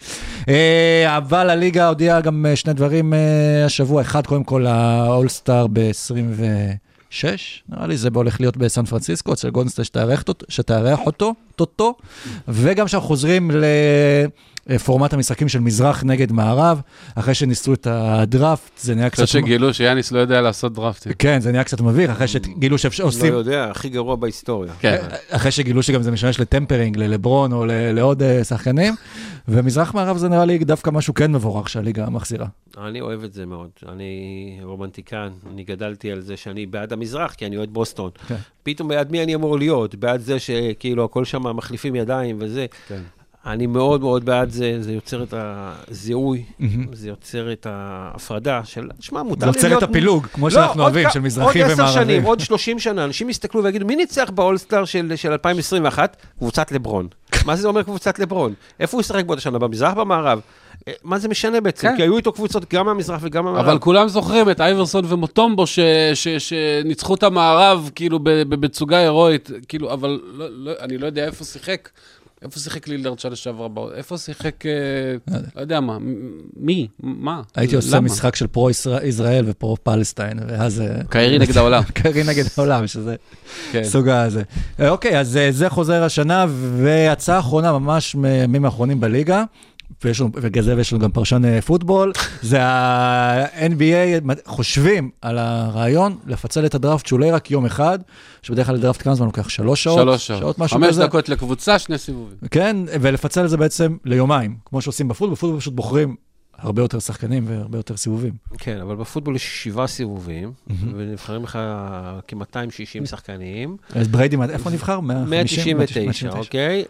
אבל הליגה הודיעה גם שני דברים השבוע, אחד קודם כל האולסטאר ב-26, נראה לי זה הולך להיות בסן פרנסיסקו, אצל גולדן סטייט שתארח אותו, וגם שאנחנו חוזרים לפורמט המשחקים של מזרח נגד מערב, אחרי שניסו את הדראפט, זה נהיה קצת...
אחרי שגילו שיאניס לא יודע לעשות דראפטים.
כן, זה נהיה קצת מביך, אחרי שגילו שעושים...
לא יודע, הכי גרוע בהיסטוריה.
אחרי שגילו שגם זה משמש לטמפרינג, ללברון או לעוד שחקנים, ומזרח מערב זה נראה לי דווקא משהו כן מבורך שהליגה מחזירה.
אני אוהב את זה מאוד, אני רומנטיקן, אני גדלתי על זה שאני בעד המזרח, כי אני אוהד בוסטון. פתאום בעד מי אני אמור להיות? בעד זה שכאילו הכל שם מחליפים ידיים וזה. אני מאוד מאוד בעד זה, זה יוצר את הזיהוי, זה יוצר את ההפרדה של, שמע, מותר לי להיות... זה יוצר
את הפילוג, כמו שאנחנו אוהבים, של מזרחים ומערבים.
עוד 10 שנים, עוד 30 שנה, אנשים יסתכלו ויגידו, מי ניצח באולסטאר של 2021? קבוצת לברון. מה זה אומר קבוצת לברון? איפה הוא ישחק בעוד השנה? במזרח, במערב? מה זה משנה בעצם? כי היו איתו קבוצות גם מהמזרח וגם מהמערב.
אבל כולם זוכרים את אייברסון ומוטומבו שניצחו את המערב, כאילו, בצוגה הירואית, כאילו, אבל אני לא יודע איפה שיחק. איפה שיחק לילדרד שנה שעברה? איפה שיחק, לא יודע מה, מי? מה?
הייתי עושה משחק של פרו-ישראל ופרו-פלסטיין, ואז...
קיירי נגד העולם.
קיירי נגד העולם, שזה סוג הזה. אוקיי, אז זה חוזר השנה, והצעה האחרונה, ממש מימים האחרונים בליגה, ובגלל זה יש לנו גם פרשן פוטבול, זה ה-NBA חושבים על הרעיון לפצל את הדראפט שאולי רק יום אחד, שבדרך כלל הדראפט כמה זמן לוקח 3 שעות.
3 שעות. 5 דקות לקבוצה, 2 סיבובים.
כן, ולפצל את זה בעצם ליומיים, כמו שעושים בפוטבול. בפוטבול פשוט בוחרים הרבה יותר שחקנים והרבה יותר סיבובים.
כן, אבל בפוטבול יש 7 סיבובים, ונבחרים לך כ-260 שחקנים.
אז בריידי, איפה נבחר?
199, אוקיי.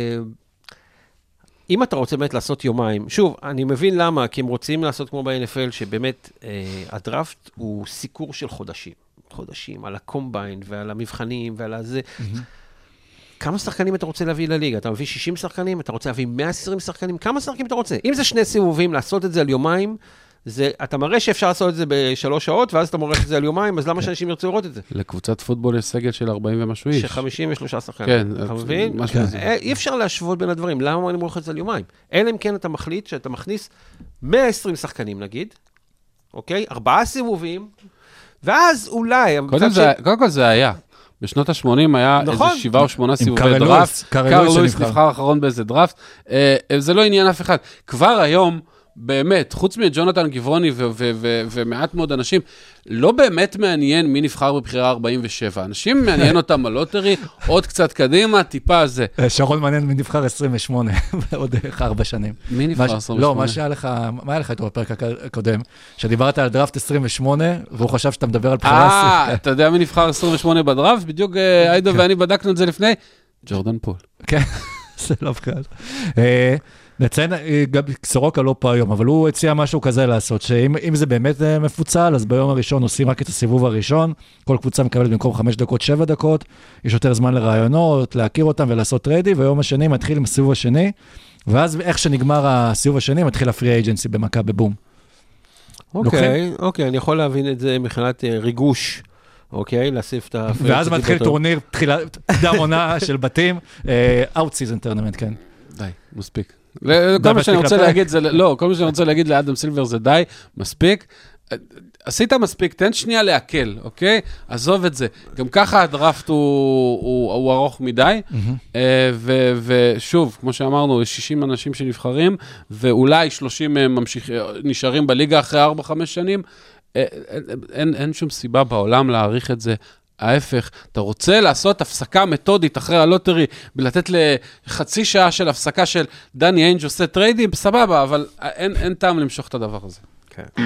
אם אתה רוצה באמת לעשות יומיים, שוב, אני מבין למה, כי הם רוצים לעשות כמו ב-NFL, שבאמת הדראפט הוא סיקור של חודשים, על הקומביין ועל המבחנים ועל הזה. כמה שחקנים אתה רוצה להביא לליגה? אתה מביא 60 שחקנים? אתה רוצה להביא 120 שחקנים? כמה שחקנים אתה רוצה? אם זה 2 סיבובים, לעשות את זה על יומיים, אתה מראה שאפשר לעשות את זה ב3 שעות, ואז אתה מורה את זה על יומיים, אז למה שאנשים ירצו לראות את זה?
לקבוצת פוטבול יש סגל של 40 ומשהו איש.
ש53 שחקנים.
כן.
אתה מבין? אי אפשר להשוות בין הדברים. למה אני מורה את זה על יומיים? אלא אם כן אתה מחליט שאתה מכניס 120 שחקנים, נגיד, אוקיי? 4 סיבובים, ואז אולי...
קודם כל זה היה. בשנות ה-80 היה איזה 7 או 8 סיבובי דראפט. קארל לואיס נבחר האחרון באיזה דראפט. זה לא עניין אף אחד. כבר היום... באמת, חוץ מג'ונתן גברוני ומעט מאוד אנשים, לא באמת מעניין מי נבחר בבחירה 47. אנשים מעניין אותם הלוטרי, עוד קצת קדימה, טיפה זה.
שרון מעניין מי נבחר 28, עוד 4 שנים.
מי נבחר 28?
לא, מה היה לך איתו בפרק הקודם? שדיברת על דראפט 28, והוא חשב שאתה מדבר על בחירה...
אתה יודע מי נבחר 28 בדראפט? בדיוק איידו ואני בדקנו את זה לפני. ג'ורדן פול.
כן, זה לא בחירה. נציין, גם סורוקה לא פה היום, אבל הוא הציע משהו כזה לעשות, שאם זה באמת מפוצל, אז ביום הראשון עושים רק את הסיבוב הראשון, כל קבוצה מקבלת במקום 5 דקות, 7 דקות, יש יותר זמן לרעיונות, להכיר אותם ולעשות רדי, ויום השני מתחיל עם הסיבוב השני, ואז איך שנגמר הסיבוב השני, מתחיל הפרי אייג'נסי במכה בבום.
אוקיי, אני יכול להבין את זה מבחינת ריגוש, אוקיי, להסיף את הפרי.
ואז מתחיל טורניר, דם עונה של בתים, out season tournament, כן.
די, מספיק. כל מה שאני רוצה להגיד זה, לא, כל מה שאני רוצה להגיד לאדם סילבר זה די, מספיק. עשית מספיק, תן שנייה להקל, אוקיי? עזוב את זה. גם ככה הדראפט הוא ארוך מדי, ושוב, כמו שאמרנו, יש 60 אנשים שנבחרים, ואולי 30 נשארים בליגה אחרי 4-5 שנים, אין שום סיבה בעולם להעריך את זה. ההפך, אתה רוצה לעשות הפסקה מתודית אחרי הלוטרי, ולתת לחצי שעה של הפסקה של דני איינג' עושה טריידים, סבבה, אבל אין טעם למשוך את הדבר הזה.
כן.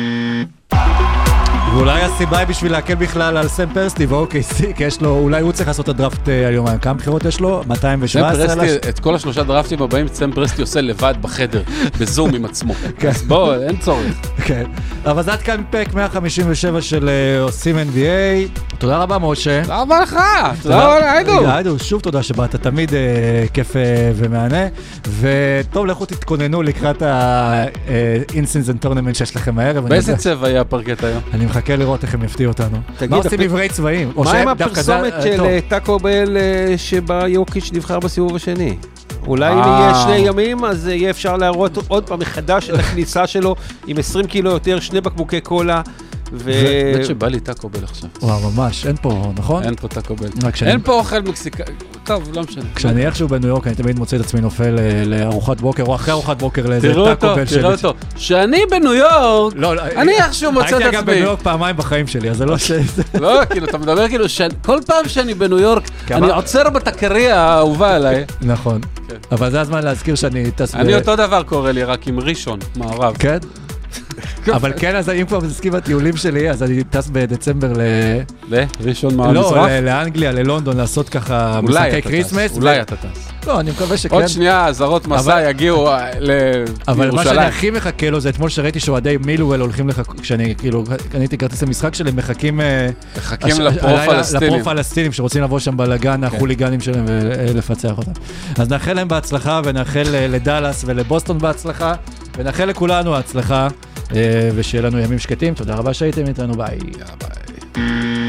ואולי הסיבה היא בשביל להקל בכלל על סם פרסטי ואו-קי-סי, כי יש לו, אולי הוא צריך לעשות את הדראפט היום. כמה בחירות יש לו? 217?
את כל 3 דראפטים הבאים, סם פרסטי עושה לבד בחדר, בזום עם עצמו. אז בוא, אין צורך.
כן. אבל זה עד כאן פרק 157 של עושים NBA. תודה רבה, משה.
תודה רבה לך. תודה רבה,
היידו. שוב תודה שבאת, תמיד כיף ומענה. וטוב, לכו תתכוננו לקראת ה-In-Season Tournament שיש לכם הערב.
באיזה צבע היה הפרקט היום?
אני מחכה לראות איך הם יפתיעו אותנו. מה עושים עברי צבעים?
מה עם הפרסומת של טאקו בל שבה יוקיץ' נבחר בסיבוב השני? אולי אם יהיה 2 ימים, אז יהיה אפשר להראות עוד פעם מחדש את הכניסה שלו עם 20 קילו יותר, 2 בקבוקי קולה.
באמת שבא לי טאקו בל עכשיו.
וואו, ממש, אין פה, נכון?
אין פה טאקו בל. אין פה אוכל מקסיקאי. טוב, לא משנה.
כשאני איכשהו בניו יורק, אני תמיד מוצא את עצמי נופל לארוחת בוקר, או אחרי ארוחת בוקר לאיזה טאקו בל שלי.
תראו אותו. שאני בניו יורק, אני איכשהו מוצא את עצמי.
הייתי אגב בניו יורק פעמיים בחיים שלי, אז זה לא ש...
לא, כאילו, אתה מדבר כאילו, כל פעם שאני בניו יורק, אני עוצר בתקריה האהובה עליי.
נכון. אבל זה הזמן להזכיר שאני טס
אני אותו דבר קורא לי, רק עם ראשון, מערב.
כן? אבל כן, אז אם כבר מסכים הטיולים שלי, אז אני טס בדצמבר
ראשון מהמזרח?
לא, לאנגליה, ללונדון, לעשות ככה משחקי קריסמס.
אולי אתה טס.
לא, אני מקווה שכן.
עוד שנייה, הזרות מסע יגיעו לירושלים.
אבל מה שאני הכי מחכה לו, זה אתמול שראיתי שאוהדי מילואל הולכים כשאני כאילו, קניתי כרטיס למשחק שלהם, מחכים לפרו-פלסטינים, שרוצים לבוא שם בלגן, החוליגנים שלהם ולפצח אותם. אז נאחל להם בהצלחה, ונאחל לדלס ולבוסטון בהצלחה, ונאחל לכולנו ההצלחה, ושיהיה לנו ימים שקטים. תודה רבה שהייתם איתנו, ביי.